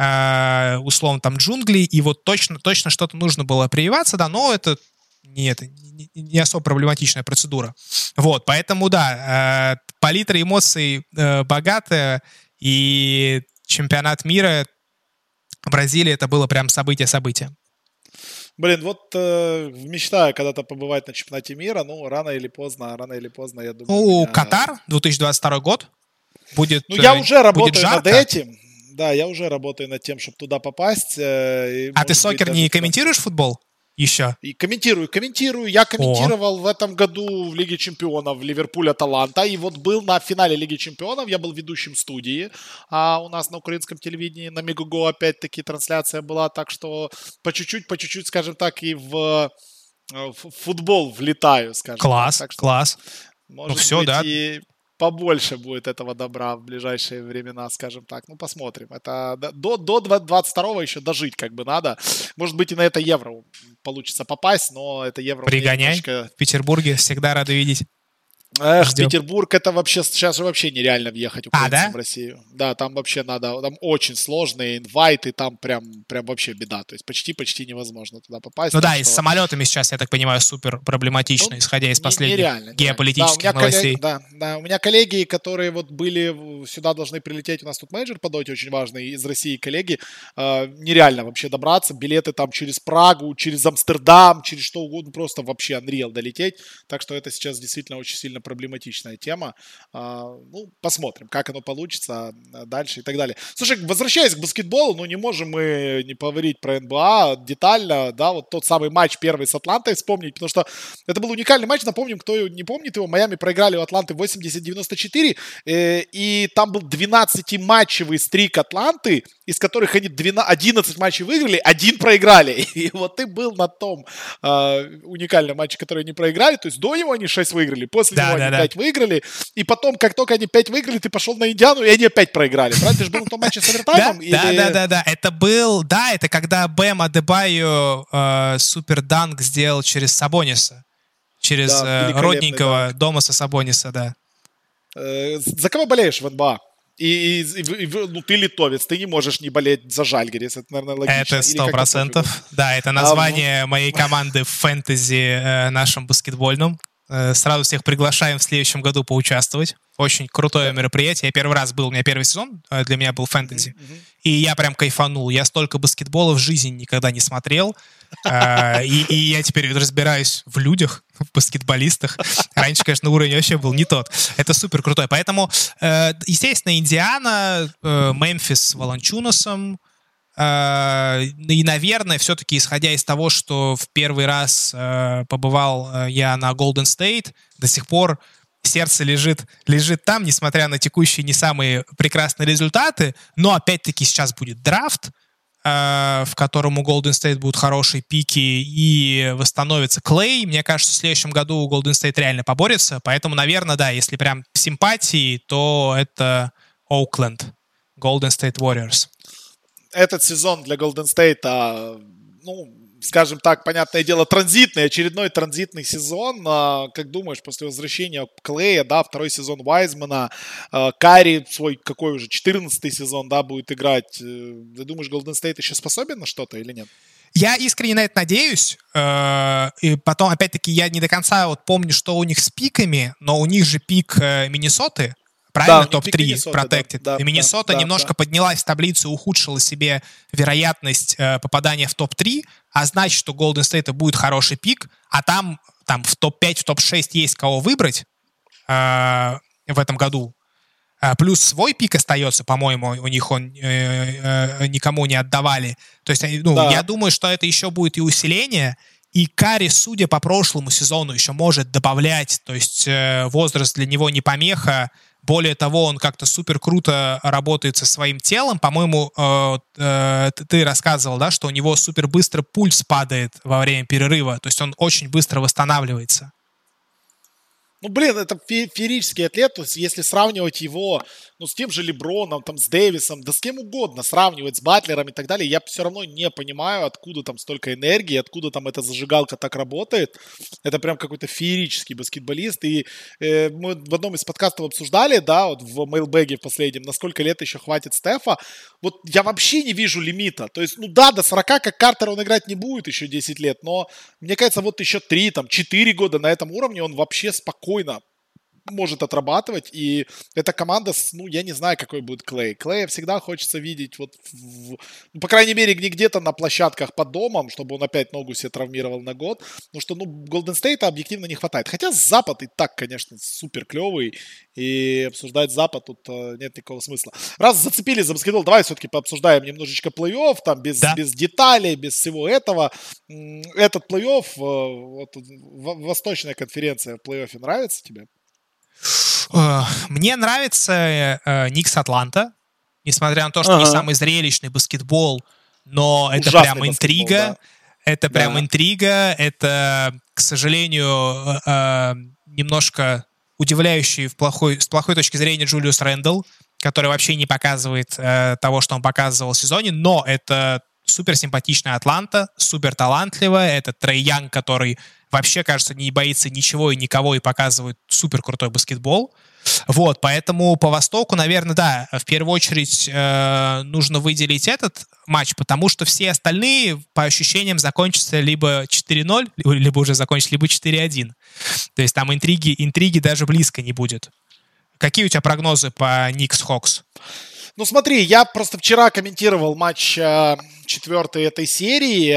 э, условно там джунгли, и вот точно, точно что-то нужно было прививаться, да, но это... Нет, не, не особо проблематичная процедура. Вот, поэтому, да, э, палитра эмоций э, богатая, и чемпионат мира в Бразилии это было прям событие-событие. Блин, вот э, мечтаю когда-то побывать на чемпионате мира, ну, рано или поздно, рано или поздно, я думаю... Ну, меня... Катар, две тысячи двадцать второй год, будет Ну, я уже работаю жарко. над этим, да, я уже работаю над тем, чтобы туда попасть. Э, и, а ты сокер не комментируешь футбол? Еще. И комментирую, комментирую. Я комментировал О. в этом году в Лиге Чемпионов Ливерпуль-Аталанта. И вот был на финале Лиги Чемпионов. Я был ведущим студии. А у нас на украинском телевидении на Мегого опять-таки трансляция была. Так что по чуть-чуть, по чуть-чуть, скажем так, и в, в футбол влетаю, скажем класс, так. Так что, класс. Может ну все, быть, да. и побольше будет этого добра в ближайшие времена, скажем так. Ну, посмотрим. Это до, до двадцать второго еще дожить как бы надо. Может быть, и на это Евро получится попасть, но это Евро... Пригоняй. Немножко... В Петербурге всегда рады видеть. Эх, Ждем. Петербург, это вообще сейчас же вообще нереально въехать украинцам а, да? в Россию. Да, там вообще надо, там очень сложные инвайты, там прям, прям вообще беда. То есть почти-почти невозможно туда попасть. Ну да, что... и с самолетами сейчас, я так понимаю, супер проблематично, ну, исходя из последних нереально, геополитических да, новостей. Коллег, да, да, у меня коллеги, которые вот были, сюда должны прилететь, у нас тут менеджер по доте очень важный, из России коллеги, э, нереально вообще добраться, билеты там через Прагу, через Амстердам, через что угодно, просто вообще Unreal долететь. Так что это сейчас действительно очень сильно проблематичная тема. Ну, посмотрим, как оно получится дальше и так далее. Слушай, возвращаясь к баскетболу, ну, не можем мы не поговорить про эн бэ а детально, да, вот тот самый матч первый с Атлантой вспомнить, потому что это был уникальный матч, напомним, кто не помнит его, Майами проиграли у Атланты восемьдесят девяносто четыре, и там был двенадцатиматчевый стрик Атланты, из которых они двенадцать, одиннадцать матчей выиграли, один проиграли. И вот ты был на том уникальном матче, который они проиграли, то есть до него они шесть выиграли, после да, него да, они да. пять выиграли, и потом, как только они пять выиграли, ты пошел на Индиану, и они опять проиграли. Правда? Ты же был на том матче с овертаймом? Да, да, да, да. Это был, да, это когда Бэм Адебайо э, суперданк сделал через Сабониса. Через да, э, родненького данк. Домаса Сабониса, да. Э, за кого болеешь в эн бэ а? И, и, и ну, ты литовец, ты не можешь не болеть за Жальгирис, это, наверное, логично. Это сто процентов, да, это название а, моей команды в фэнтези э, нашем баскетбольном. Э, сразу всех приглашаем в следующем году поучаствовать. Очень крутое мероприятие. Я первый раз был, у меня первый сезон, для меня был фэнтези. Mm-hmm. И я прям кайфанул. Я столько баскетбола в жизни никогда не смотрел. Uh, и, и я теперь разбираюсь в людях, в баскетболистах. Раньше, конечно, уровень вообще был не тот. Это супер крутой. Поэтому, uh, естественно, Индиана, uh, Мемфис с Волончунасом. Uh, и, наверное, все-таки, исходя из того, что в первый раз uh, побывал uh, я на Golden State, до сих пор сердце лежит, лежит там, несмотря на текущие не самые прекрасные результаты. Но, опять-таки, сейчас будет драфт, в котором у Golden State будут хорошие пики и восстановится Клей. Мне кажется, в следующем году Golden State реально поборется. Поэтому, наверное, да, если прям симпатии, то это Оукленд, Golden State Warriors. Этот сезон для Golden State, а, ну, скажем так, понятное дело, транзитный, очередной транзитный сезон. А, как думаешь, после возвращения Клея, да, второй сезон Уайзмана, а, Карри свой какой уже, четырнадцатый сезон, да, будет играть. Ты думаешь, Golden State еще способен на что-то или нет? Я искренне на это надеюсь. И потом, опять-таки, я не до конца вот помню, что у них с пиками, но у них же пик Миннесоты. Правильно, да, топ три Protected. Да, да, и Миннесота да, немножко да. поднялась в таблицу, ухудшила себе вероятность э, попадания в топ три, а значит, что Golden State будет хороший пик, а там, там в топ пять, в топ шесть есть кого выбрать э, в этом году. А, плюс свой пик остается, по-моему, у них он э, э, никому не отдавали. То есть, ну, да. я думаю, что это еще будет и усиление. И Карри, судя по прошлому сезону, еще может добавлять. То есть э, возраст для него не помеха. Более того, он как-то супер круто работает со своим телом. По-моему, э, э, ты рассказывал, да, что у него супер быстро пульс падает во время перерыва. То есть он очень быстро восстанавливается. Ну, блин, это фе- феерический атлет, то есть если сравнивать его, ну, с тем же Леброном, там, с Дэвисом, да с кем угодно, сравнивать с Батлером и так далее, я все равно не понимаю, откуда там столько энергии, откуда там эта зажигалка так работает. Это прям какой-то феерический баскетболист, и э, мы в одном из подкастов обсуждали, да, вот в мейлбэге в последнем, на сколько лет еще хватит Стефа. Вот я вообще не вижу лимита, то есть, ну да, до сорока, как Картер, он играть не будет еще десять лет, но мне кажется, вот еще три, там, четыре года на этом уровне он вообще спокойно может отрабатывать, и эта команда, ну, я не знаю, какой будет Клей. Клея всегда хочется видеть, вот, в, ну, по крайней мере, не где-то на площадках под домом, чтобы он опять ногу себе травмировал на год, потому что, ну, Голден Стейта объективно не хватает. Хотя Запад и так, конечно, супер клевый, и обсуждать Запад тут э, нет никакого смысла. Раз зацепили за баскетбол, давай все-таки пообсуждаем немножечко плей-офф, там, без, Да. без деталей, без всего этого. Этот плей-офф, э, вот, в, Восточная конференция в плей-оффе нравится тебе? Мне нравится э, Никс Атланта, несмотря на то, что ага. не самый зрелищный баскетбол, но это Ужасный прям интрига. Да. Это прям да. интрига. Это, к сожалению, э, немножко удивляющий в плохой, с плохой точки зрения Джулиус Рэндалл, который вообще не показывает э, того, что он показывал в сезоне, но это супер симпатичная Атланта, супер талантливая. Это Трей Янг, который вообще, кажется, не боится ничего и никого и показывает супер крутой баскетбол. Вот, поэтому по Востоку, наверное, да, в первую очередь э, нужно выделить этот матч, потому что все остальные, по ощущениям, закончатся либо четыре ноль, либо уже закончатся, либо четыре один. То есть там интриги, интриги даже близко не будет. Какие у тебя прогнозы по Никс Хокс? Ну смотри, я просто вчера комментировал матч э, четвертой этой серии,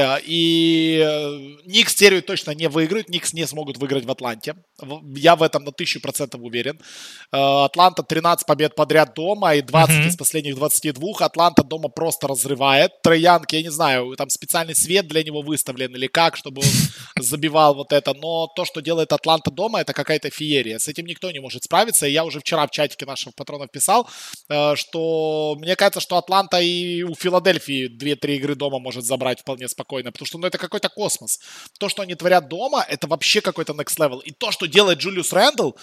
и э, Никс серию точно не выиграют, Никс не смогут выиграть в Атланте. Я в этом на тысячу процентов уверен. Э, Атланта тринадцать побед подряд дома, и двадцать mm-hmm. из последних двадцати двух Атланта дома просто разрывает. Трей Янг, я не знаю, там специальный свет для него выставлен или как, чтобы он забивал вот это, но то, что делает Атланта дома, это какая-то феерия. С этим никто не может справиться, и я уже вчера в чатике наших патронов писал, э, что мне кажется, что Атланта и у Филадельфии две-три игры дома может забрать вполне спокойно, потому что ну, это какой-то космос. То, что они творят дома, это вообще какой-то next level. И то, что делает Джулиус Рэндалл,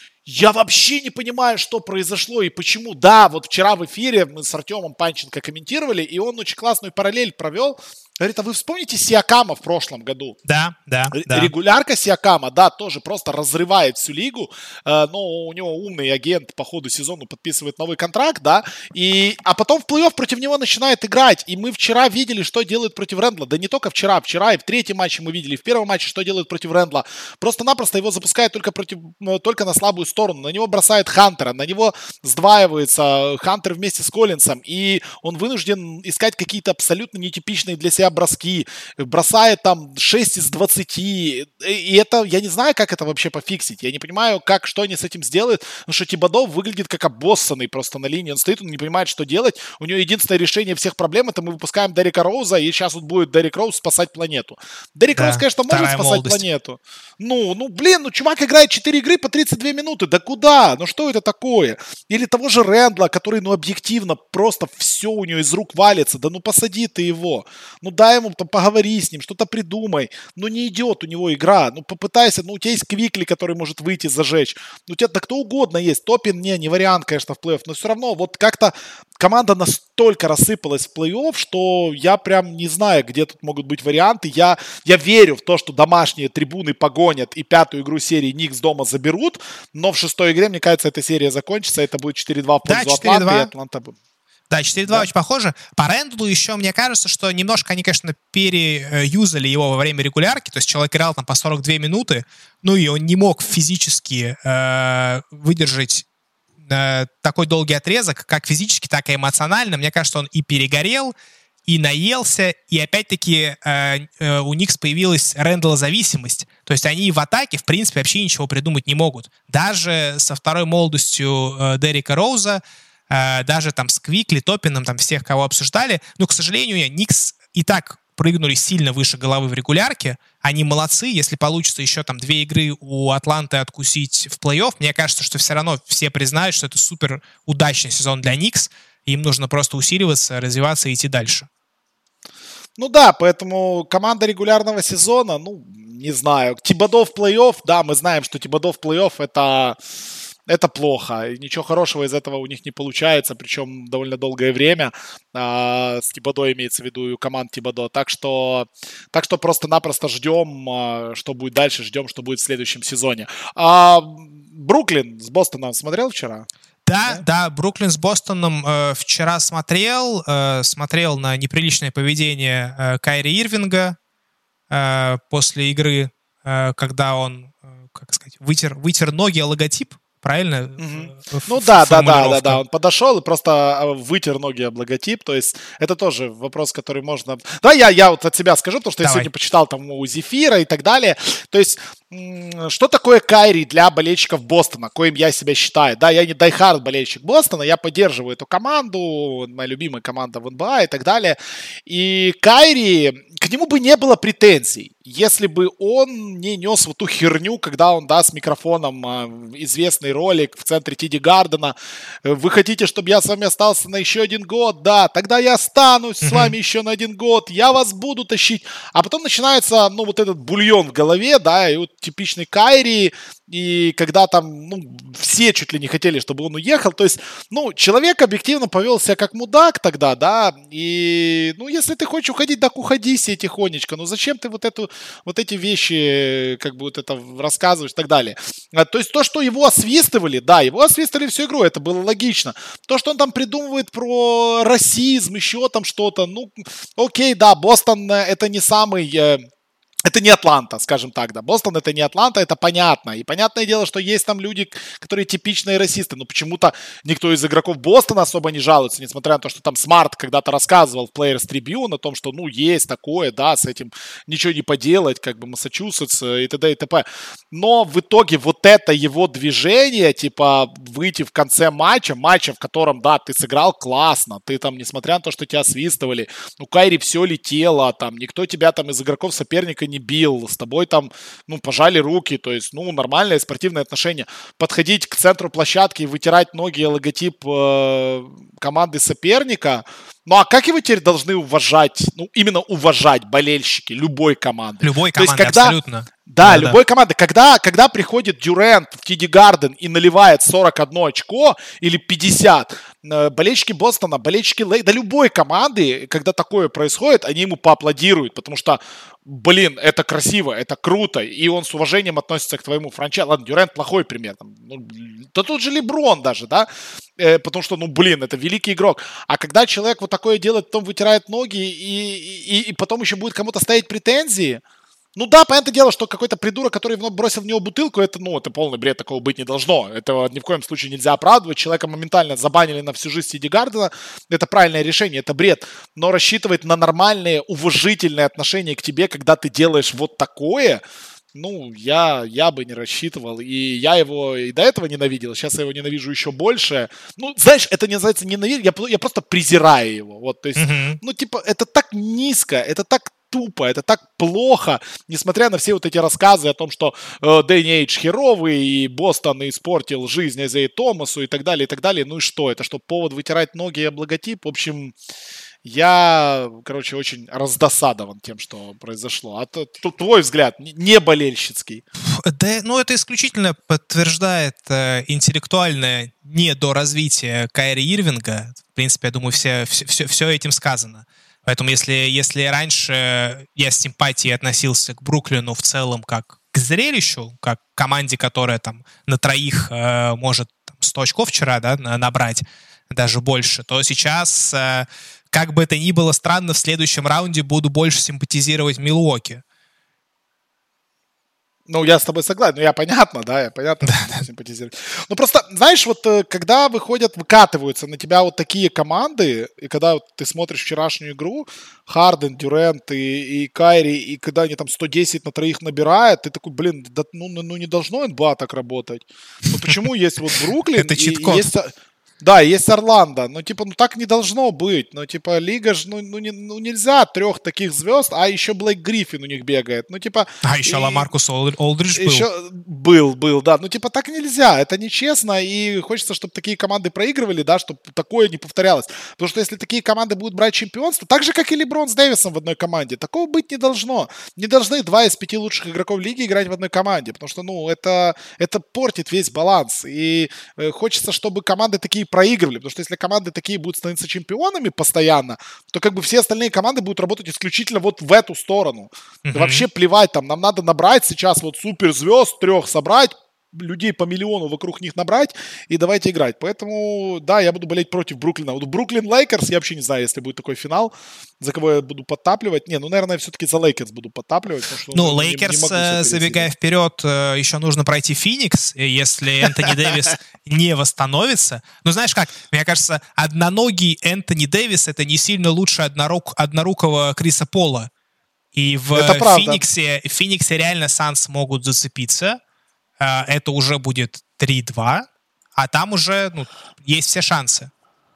я вообще не понимаю, что произошло и почему. Да, вот вчера в эфире мы с Артемом Панченко комментировали, и он очень классную параллель провел. Говорит, а вы вспомните Сиакама в прошлом году? Да, да, да. Регулярка Сиакама, да, тоже просто разрывает всю лигу, э, но у него умный агент по ходу сезона подписывает новый контракт, да, и, а потом в плей-офф против него начинает играть, и мы вчера видели, что делает против Рэндла, да не только вчера, вчера и в третьем матче мы видели, в первом матче, что делает против Рэндла, просто-напросто его запускают только, против, только на слабую сторону, на него бросает Хантера, на него сдваивается Хантер вместе с Коллинсом, и он вынужден искать какие-то абсолютно нетипичные для себя броски, бросает там шесть из двадцати, и это, я не знаю, как это вообще пофиксить, я не понимаю, как, что они с этим сделают, потому что Тибадо выглядит как обоссанный просто на линии, он стоит, он не понимает, что делать, у него единственное решение всех проблем, это мы выпускаем Деррика Роуза, и сейчас вот будет Деррик Роуз спасать планету. Деррик да, Роуз, конечно, может спасать молодость. Планету. Ну, ну, блин, ну, чувак играет четыре игры по тридцать две минуты, да куда? Ну, что это такое? Или того же Рэндла, который, ну, объективно, просто все у него из рук валится, да ну, посади ты его, ну, дай ему там, поговори с ним, что-то придумай. Ну, не идет у него игра. Ну, попытайся. Ну, у тебя есть Квикли, который может выйти, зажечь. Ну, у тебя да кто угодно есть. Топин, не, не вариант, конечно, в плей-офф. Но все равно вот как-то команда настолько рассыпалась в плей-офф, что я прям не знаю, где тут могут быть варианты. Я, я верю в то, что домашние трибуны погонят и пятую игру серии Никс дома заберут. Но в шестой игре, мне кажется, эта серия закончится. Это будет четыре-два в пользу да, Атланты. И Атланта... Да, четыре-два да. очень похоже. По Рэндаллу еще, мне кажется, что немножко они, конечно, переюзали его во время регулярки. То есть человек играл там по сорок две минуты, ну и он не мог физически э, выдержать э, такой долгий отрезок, как физически, так и эмоционально. Мне кажется, он и перегорел, и наелся, и опять-таки э, э, у Никс появилась Рэндалл-зависимость. То есть они в атаке, в принципе, вообще ничего придумать не могут. Даже со второй молодостью э, Деррика Роуза, даже там с Квикли, Топином, там всех, кого обсуждали. Но, к сожалению, Никс и так прыгнули сильно выше головы в регулярке. Они молодцы. Если получится еще там две игры у Атланты откусить в плей-офф, мне кажется, что все равно все признают, что это супер удачный сезон для Никс. Им нужно просто усиливаться, развиваться и идти дальше. Ну да, поэтому команда регулярного сезона, ну, не знаю. Тибодо в плей-офф, да, мы знаем, что Тибодо в плей-офф это, это плохо. И ничего хорошего из этого у них не получается, причем довольно долгое время. А, с Тибодо имеется в виду и у команд Тибодо. Так что, так что просто-напросто ждем, что будет дальше, ждем, что будет в следующем сезоне. А Бруклин с Бостоном смотрел вчера? Да, да, да, Бруклин с Бостоном э, вчера смотрел, э, смотрел на неприличное поведение э, Кайри Ирвинга э, после игры, э, когда он, э, как сказать, вытер, вытер ноги о логотип, правильно? Mm-hmm. Ну да, да, да, да, да, он подошел и просто вытер ноги об логотип, то есть это тоже вопрос, который можно... Да, я, я вот от себя скажу, потому что Давай. Я сегодня почитал там у Зефира и так далее, то есть что такое Кайри для болельщиков Бостона, коим я себя считаю? Да, я не дайхард болельщик Бостона, я поддерживаю эту команду, моя любимая команда в эн бэ а и так далее. И Кайри, к нему бы не было претензий, если бы он не нес вот ту херню, когда он, да, с микрофоном известный ролик в центре Ти Ди Гардена. Вы хотите, чтобы я с вами остался на еще один год? Да, тогда я останусь mm-hmm. с вами еще на один год, я вас буду тащить. А потом начинается, ну, вот этот бульон в голове, да, и вот типичный Кайри, и когда там, ну, все чуть ли не хотели, чтобы он уехал, то есть, ну, человек объективно повел себя как мудак тогда, да, и, ну, если ты хочешь уходить, так уходи себе тихонечко, ну, зачем ты вот эту, вот эти вещи, как бы вот это рассказываешь и так далее. А, то есть то, что его освистывали, да, его освистывали всю игру, это было логично. То, что он там придумывает про расизм, еще там что-то, ну, окей, да, Бостон это не самый... Это не Атланта, скажем так, да. Бостон это не Атланта, это понятно. И понятное дело, что есть там люди, которые типичные расисты. Но почему-то никто из игроков Бостона особо не жалуется, несмотря на то, что там Смарт когда-то рассказывал в Players Tribune о том, что, ну, есть такое, да, с этим ничего не поделать, как бы Массачусетс и т.д. и т.п. Но в итоге вот это его движение, типа, выйти в конце матча, матча, в котором, да, ты сыграл классно, ты там, несмотря на то, что тебя свистывали, ну, Кайри все летело, там, никто тебя там из игроков соперника не бил, с тобой там, ну, пожали руки, то есть, ну, нормальное спортивное отношение. Подходить к центру площадки и вытирать ноги логотип э, команды соперника, ну, а как его теперь должны уважать, ну, именно уважать болельщики любой команды? Любой команды, то есть, когда, абсолютно. Да, да, любой команды. Когда, когда приходит Дюрент в Ти Ди Гарден и наливает сорок одно очко или пятьдесят, болельщики Бостона, болельщики Лей, да любой команды, когда такое происходит, они ему поаплодируют, потому что, блин, это красиво, это круто, и он с уважением относится к твоему франчайзу. Ладно, Дюрент плохой пример. Там, ну, да тут же Леброн даже, да, э, потому что, ну, блин, это великий игрок. А когда человек вот такое делает, потом вытирает ноги и, и, и потом еще будет кому-то ставить претензии, ну да, понятное дело, что какой-то придурок, который бросил в него бутылку, это, ну, это полный бред, такого быть не должно. Этого ни в коем случае нельзя оправдывать. Человека моментально забанили на всю жизнь Ти Ди Гардена. Это правильное решение, это бред. Но рассчитывать на нормальные, уважительные отношения к тебе, когда ты делаешь вот такое, ну, я, я бы не рассчитывал. И я его и до этого ненавидел. Сейчас я его ненавижу еще больше. Ну, знаешь, это не называется ненавидеть, я, я просто презираю его. Вот, то есть, mm-hmm. ну, типа, это так низко, это так тупо, это так плохо, несмотря на все вот эти рассказы о том, что э, Дэнни Эйдж херовый, и Бостон испортил жизнь Эзеи Томасу и так далее, и так далее. Ну и что? Это что, повод вытирать ноги об логотип? В общем, я, короче, очень раздосадован тем, что произошло. А то, то, твой взгляд, не болельщицкий. Да, ну это исключительно подтверждает э, интеллектуальное недоразвитие Кайри Ирвинга. В принципе, я думаю, все, все, все этим сказано. Поэтому если, если раньше я с симпатией относился к Бруклину в целом как к зрелищу, как к команде, которая там на троих э, может там, сто очков вчера, да, набрать, даже больше, то сейчас, э, как бы это ни было странно, в следующем раунде буду больше симпатизировать Милуоки. Ну, я с тобой согласен, ну, я понятно, да, я понятно, что симпатизирую. Ну, просто, знаешь, вот когда выходят, выкатываются на тебя вот такие команды, и когда вот ты смотришь вчерашнюю игру, Харден, Дюрент и, и Кайри, и когда они там сто десять на троих набирают, ты такой, блин, да, ну, ну не должно эн бэ а так работать. Ну, почему есть вот Бруклин, это чит-код. Да, есть Орландо, но типа, ну так не должно быть. Ну, типа, лига же, ну, ну, не, ну нельзя трех таких звезд, а еще Блейк Гриффин у них бегает. Ну, типа. А еще и... Ламаркус Олдридж был. Еще был, был, да. Ну, типа, так нельзя, это нечестно, и хочется, чтобы такие команды проигрывали, да, чтобы такое не повторялось. Потому что если такие команды будут брать чемпионство, так же, как и Леброн с Дэвисом в одной команде, такого быть не должно. Не должны два из пяти лучших игроков лиги играть в одной команде, потому что, ну, это, это портит весь баланс. И э, хочется, чтобы команды такие проигрывали, потому что если команды такие будут становиться чемпионами постоянно, то как бы все остальные команды будут работать исключительно вот в эту сторону. Mm-hmm. Вообще плевать, там, нам надо набрать сейчас вот суперзвезд трех собрать, людей по миллиону вокруг них набрать и давайте играть. Поэтому, да, я буду болеть против Бруклина. Вот Бруклин Лейкерс, я вообще не знаю, если будет такой финал, за кого я буду подтапливать. Не, ну, наверное, все-таки за Лейкерс буду подтапливать. Потому что, ну, Лейкерс, забегая вперед, еще нужно пройти Феникс, если Энтони Дэвис не восстановится. Ну, знаешь как, мне кажется, одноногий Энтони Дэвис — это не сильно лучше однорук, однорукого Криса Пола. И в Фениксе, в Фениксе реально Санс могут зацепиться. Это уже будет три-два, а там уже ну, есть все шансы.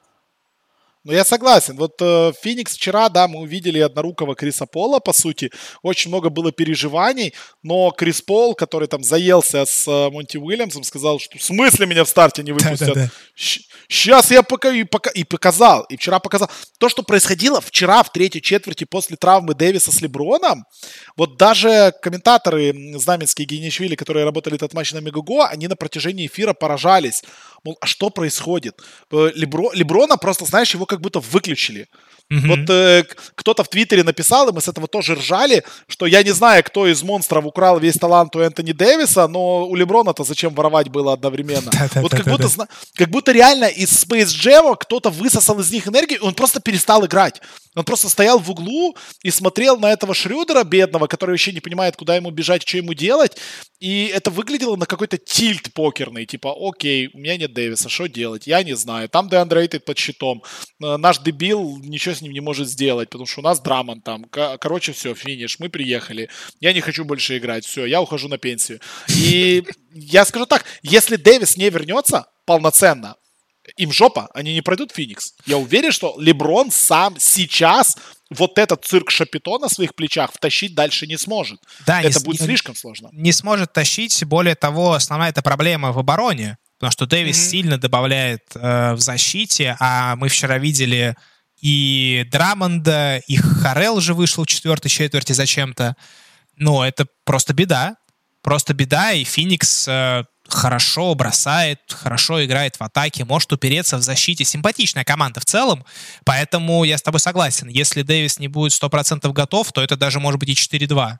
Ну, я согласен. Вот э, Феникс вчера, да, мы увидели однорукого Криса Пола, по сути. Очень много было переживаний, но Крис Пол, который там заелся с э, Монти Уильямсом, сказал, что в смысле меня в старте не выпустят? Да, да, да. Сейчас я пока и, пока и показал. И вчера показал. То, что происходило вчера в третьей четверти после травмы Дэвиса с Леброном, вот даже комментаторы Знаменские и Генишвили, которые работали этот матч на Мегаго, они на протяжении эфира поражались. Мол, а что происходит? Лебро, Леброна просто, знаешь, его как будто выключили. Mm-hmm. Вот э, кто-то в Твиттере написал, и мы с этого тоже ржали, что я не знаю, кто из монстров украл весь талант у Энтони Дэвиса, но у Леброна-то зачем воровать было одновременно? Вот как будто, как будто реально из Space Jam кто-то высосал из них энергию, и он просто перестал играть. Он просто стоял в углу и смотрел на этого Шрёдера бедного, который вообще не понимает, куда ему бежать, что ему делать. И это выглядело на какой-то тильт покерный. Типа, окей, у меня нет Дэвиса, что делать? Я не знаю. Там DeAndre Ayton под щитом. Наш дебил ничего с ним не может сделать, потому что у нас Драмон там. Короче, все, финиш, мы приехали. Я не хочу больше играть. Все, я ухожу на пенсию. И я скажу так, если Дэвис не вернется полноценно, им жопа, они не пройдут Феникс. Я уверен, что Леброн сам сейчас вот этот цирк Шапито на своих плечах втащить дальше не сможет. Да, это не, будет не, слишком сложно. Не сможет тащить. Более того, основная эта проблема в обороне, потому что Дэвис mm-hmm. сильно добавляет э, в защите, а мы вчера видели и Драмонда, и Харрелл же вышел в четвертой четверти зачем-то. Ну, это просто беда. Просто беда, и Феникс... Э, хорошо бросает, хорошо играет в атаке, может упереться в защите. Симпатичная команда в целом, поэтому я с тобой согласен. Если Дэвис не будет сто процентов готов, то это даже может быть и четыре-два.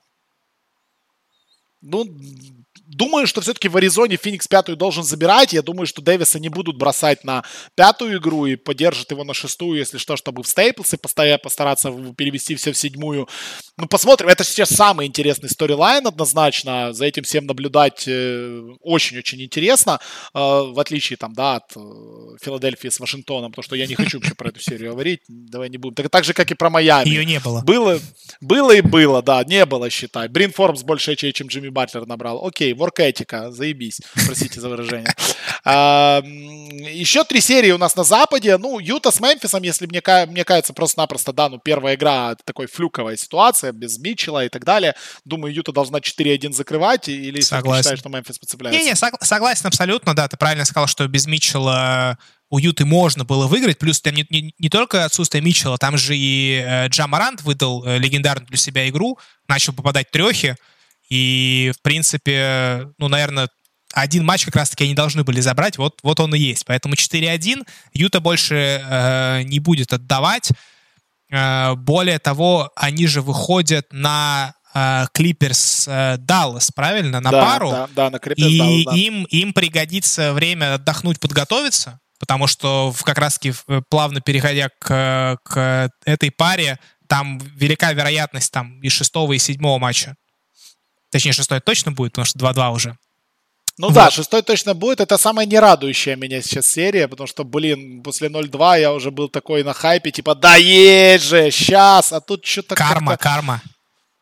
Ну, думаю, что все-таки в Аризоне Феникс пятую должен забирать. Я думаю, что Дэвиса не будут бросать на пятую игру и поддержат его на шестую, если что, чтобы в Стейплсе постараться перевести все в седьмую. Ну, посмотрим. Это сейчас самый интересный сторилайн однозначно. За этим всем наблюдать очень-очень интересно. В отличие там, да, от Филадельфии с Вашингтоном, потому что я не хочу вообще про эту серию говорить. Давай не будем. Так, так же, как и про Майами. Ее не было. Было, было и было, да. Не было, считай. Брин Формс больше ячей, чем Джимми Батлер набрал. Окей, ворк-этика, заебись. Простите за выражение. А, еще три серии у нас на Западе. Ну, Юта с Мемфисом, если мне, мне кажется, просто-напросто, да, ну, первая игра такой флюковая ситуация, без Митчелла и так далее. Думаю, Юта должна четыре один закрывать, или если ты считаешь, что Мемфис подцепляется? Не-не, сог- согласен абсолютно, да, ты правильно сказал, что без Митчелла у Юты можно было выиграть, плюс там не, не, не только отсутствие Митчелла, там же и э, Джа Морант выдал э, легендарную для себя игру, начал попадать трехи, и, в принципе, ну, наверное, один матч как раз-таки они должны были забрать, вот, вот он и есть. Поэтому четыре один, Юта больше э, не будет отдавать. Э, более того, они же выходят на Клиперс Даллас, правильно? На да, пару. Да, да, на Клиперс и Даллас, да. им, им пригодится время отдохнуть, подготовиться, потому что в, как раз-таки плавно переходя к, к этой паре, там велика вероятность там, и шестого, и седьмого матча. Точнее, шестой точно будет, потому что два-два уже. Ну вот. Да, шестой точно будет. Это самая нерадующая меня сейчас серия, потому что, блин, после ноль-два я уже был такой на хайпе, типа, да есть же, сейчас, а тут что-то Карма, как-то... карма.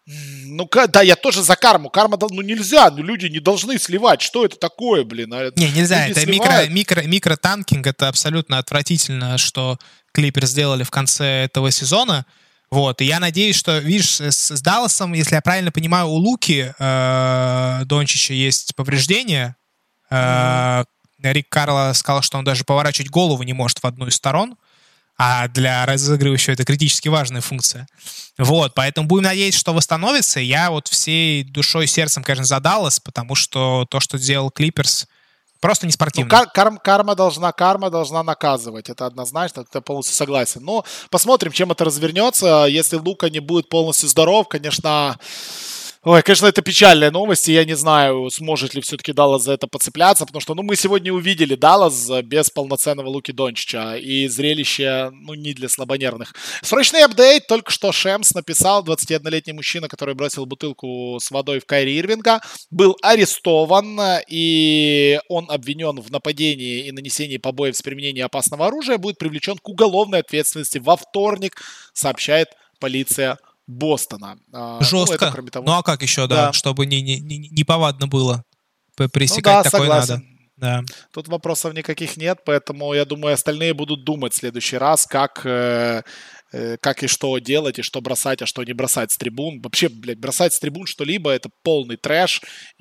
Ну, да, я тоже за карму. Карма, ну, нельзя, ну, люди не должны сливать. Что это такое, блин? Не, нельзя, это микро, микро, микро-танкинг, это абсолютно отвратительно, что Клиперс сделали в конце этого сезона. Вот, и я надеюсь, что, видишь, с, с Далласом, если я правильно понимаю, у Луки э, Дончича есть повреждения. Э, mm-hmm. Рик Карло сказал, что он даже поворачивать голову не может в одну из сторон. А для разыгрывающего это критически важная функция. Вот, поэтому будем надеяться, что восстановится. Я вот всей душой и сердцем, конечно, за Даллас, потому что то, что сделал Клиперс, просто не спортивно. Ну, кар- кар- карма, должна, карма должна наказывать, это однозначно, это полностью согласен. Но посмотрим, чем это развернется. Если Лука не будет полностью здоров, конечно... Ой, конечно, это печальная новость, и я не знаю, сможет ли все-таки Даллас за это подцепляться, потому что, ну, мы сегодня увидели Даллас без полноценного Луки Дончича, и зрелище, ну, не для слабонервных. Срочный апдейт, только что Шемс написал, двадцатиоднолетний мужчина, который бросил бутылку с водой в Кайри Ирвинга, был арестован, и он обвинен в нападении и нанесении побоев с применением опасного оружия, будет привлечен к уголовной ответственности во вторник, сообщает полиция Бостона. Жестко. Ну, это, кроме того... ну а как еще, да, да. чтобы не, не, не, не повадно было пресекать, ну, да, такое согласен. Надо. Да. Тут вопросов никаких нет, поэтому я думаю, остальные будут думать в следующий раз, как, э, э, как и что делать, и что бросать, а что не бросать с трибун. Вообще, блядь, бросать с трибун что-либо — это полный трэш.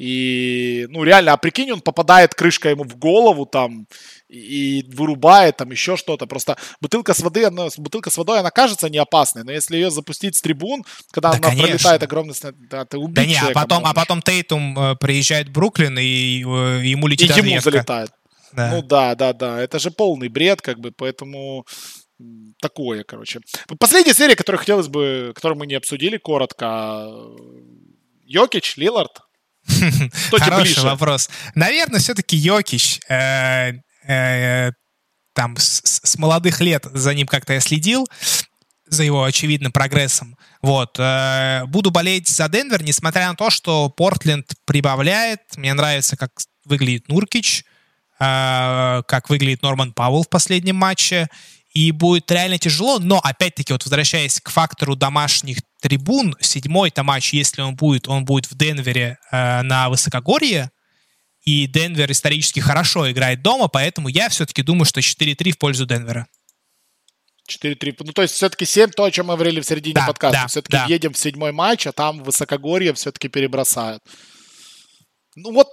И, ну, реально, а прикинь, он попадает крышкой ему в голову там и вырубает там еще что-то. Просто бутылка с водой, она, бутылка с водой, она кажется не опасной, но если ее запустить с трибун, когда да, она конечно. пролетает огромный... Да, ты убить да не, а потом, а потом Тейтум э, приезжает в Бруклин, и э, ему летит и ему залетает. Да. Ну да, да, да. Это же полный бред, как бы, поэтому... Такое, короче. Последняя серия, которую хотелось бы, которую мы не обсудили, коротко. Йокич, Лилард? Хороший вопрос. Наверное, все-таки Йокич. Там с молодых лет за ним как-то я следил, за его очевидным прогрессом. Вот. Буду болеть за Денвер, несмотря на то, что Портленд прибавляет. Мне нравится, как выглядит Нуркич, как выглядит Норман Пауэлл в последнем матче. И будет реально тяжело, но, опять-таки, вот возвращаясь к фактору домашних трибун, седьмой-то матч, если он будет, он будет в Денвере э, на высокогорье, и Денвер исторически хорошо играет дома, поэтому я все-таки думаю, что четыре три в пользу Денвера. четыре три. Ну, то есть все-таки семь, то, о чем мы говорили в середине да, подкаста. Да, все-таки да. едем в седьмой матч, а там в высокогорье все-таки перебросают. Ну вот,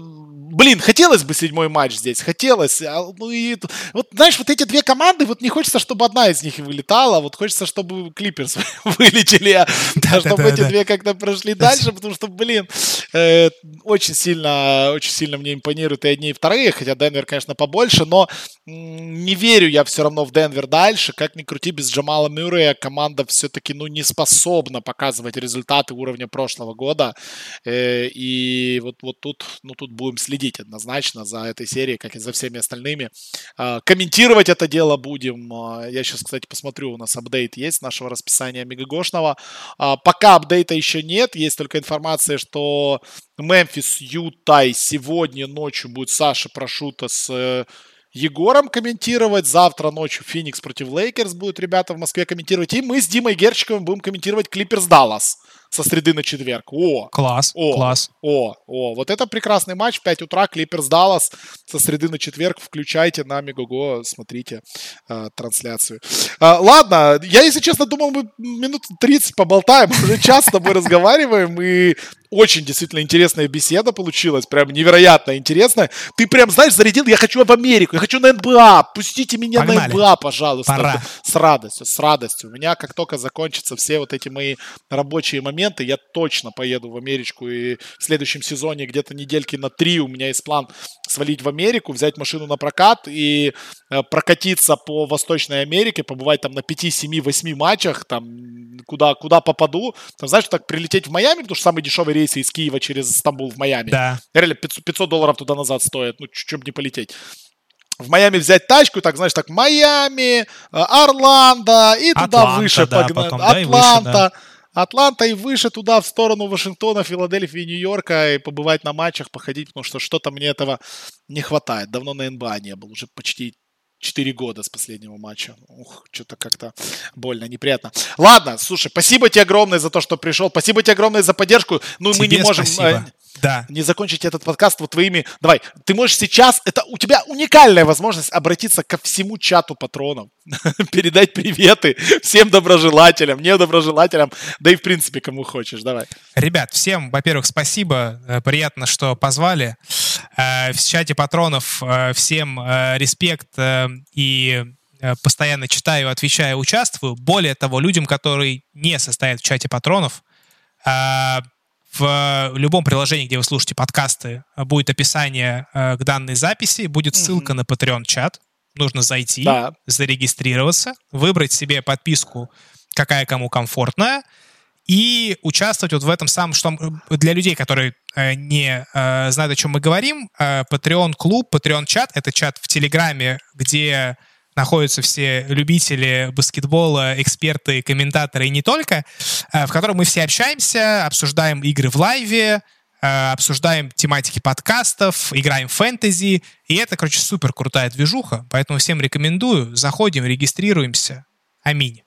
блин, хотелось бы седьмой матч здесь, хотелось. Ну и, вот, знаешь, вот эти две команды, вот не хочется, чтобы одна из них вылетала, вот хочется, чтобы Клиперс вылетели, а да, чтобы да, эти да, две да. как-то прошли дальше, потому что, блин, э, очень сильно, очень сильно мне импонируют и одни, и вторые, хотя Денвер, конечно, побольше, но м- не верю я все равно в Денвер дальше. Как ни крути, без Джамала Мюррея команда все-таки, ну, не способна показывать результаты уровня прошлого года, э, и вот, вот тут, ну, тут будем следить однозначно за этой серией, как и за всеми остальными. А, комментировать это дело будем. А, я сейчас, кстати, посмотрю, у нас апдейт есть нашего расписания Мегагошного. А, пока апдейта еще нет, есть только информация, что Мемфис, Ютай сегодня ночью будет Саша Прошута с э, Егором комментировать. Завтра ночью Феникс против Лейкерс будут ребята в Москве комментировать. И мы с Димой Герчиковым будем комментировать Клиперс Даллас со среды на четверг. О! Класс, о, класс. О, о, вот это прекрасный матч. В пять утра Клиперс Даллас со среды на четверг. Включайте на Мегаго, смотрите э, трансляцию. Э, ладно, я, если честно, думал, мы минут тридцать поболтаем. Уже час с тобой разговариваем. И очень действительно интересная беседа получилась. Прям невероятно интересная. Ты прям, знаешь, зарядил. Я хочу в Америку, я хочу на эн бэ а. Пустите меня Погнали. на эн бэ а, пожалуйста. Пора. С радостью, с радостью. У меня, как только закончатся все вот эти мои рабочие моменты, я точно поеду в Америчку. И в следующем сезоне где-то недельки на три у меня есть план свалить в Америку, взять машину на прокат и э, прокатиться по Восточной Америке, побывать там на пяти, семи, восьми матчах, там, куда, куда попаду. Там, знаешь, так прилететь в Майами, потому что самый дешевый рейс из Киева через Стамбул в Майами. Да. Реально пятьсот долларов туда-назад стоит, ну, чуть-чуть не полететь. В Майами взять тачку, так, знаешь, так, Майами, Орландо и туда Атланта, выше да, погнать. потом, да, Атланта. И выше, да. Атланта и выше туда, в сторону Вашингтона, Филадельфии, Нью-Йорка, и побывать на матчах, походить, потому что что-то мне этого не хватает. Давно на эн бэ а не был, уже почти четыре года с последнего матча. Ух, что-то как-то больно, неприятно. Ладно, слушай, спасибо тебе огромное за то, что пришел. Спасибо тебе огромное за поддержку. Ну, тебе мы не можем... Спасибо. Да. Не закончить этот подкаст вот твоими... Давай, ты можешь сейчас... Это у тебя уникальная возможность обратиться ко всему чату патронов. Передать приветы всем доброжелателям, недоброжелателям, да и в принципе кому хочешь. Давай. Ребят, всем, во-первых, спасибо. Приятно, что позвали. В чате патронов всем респект и постоянно читаю, отвечаю, участвую. Более того, людям, которые не состоят в чате патронов, в любом приложении, где вы слушаете подкасты, будет описание э, к данной записи, будет ссылка mm-hmm. на Patreon-чат. Нужно зайти, да. зарегистрироваться, выбрать себе подписку, какая кому комфортная, и участвовать вот в этом самом, что для людей, которые э, не э, знают, о чем мы говорим, э, Patreon-клуб, Patreon-чат — это чат в Телеграме, где находятся все любители баскетбола, эксперты, комментаторы и не только, в котором мы все общаемся, обсуждаем игры в лайве, обсуждаем тематики подкастов, играем в фэнтези. И это, короче, супер крутая движуха. Поэтому всем рекомендую. Заходим, регистрируемся. Аминь.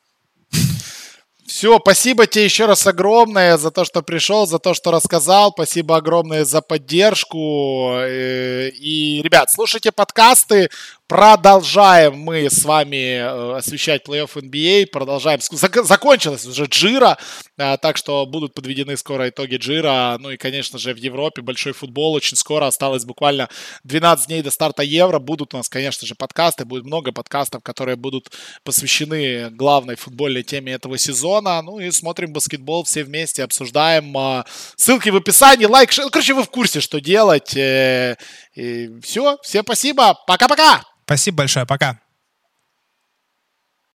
Все, спасибо тебе еще раз огромное за то, что пришел, за то, что рассказал. Спасибо огромное за поддержку. И, ребят, слушайте подкасты. Продолжаем мы с вами освещать плей-офф эн би эй. Продолжаем. Закончилась уже Джира, так что будут подведены скоро итоги Джира. Ну и, конечно же, в Европе большой футбол очень скоро. Осталось буквально двенадцать дней до старта Евро. Будут у нас, конечно же, подкасты. Будет много подкастов, которые будут посвящены главной футбольной теме этого сезона. Ну и смотрим баскетбол все вместе, обсуждаем. Ссылки в описании, лайк, шер. Короче, вы в курсе, что делать. И все. Всем спасибо. Пока-пока. Спасибо большое. Пока.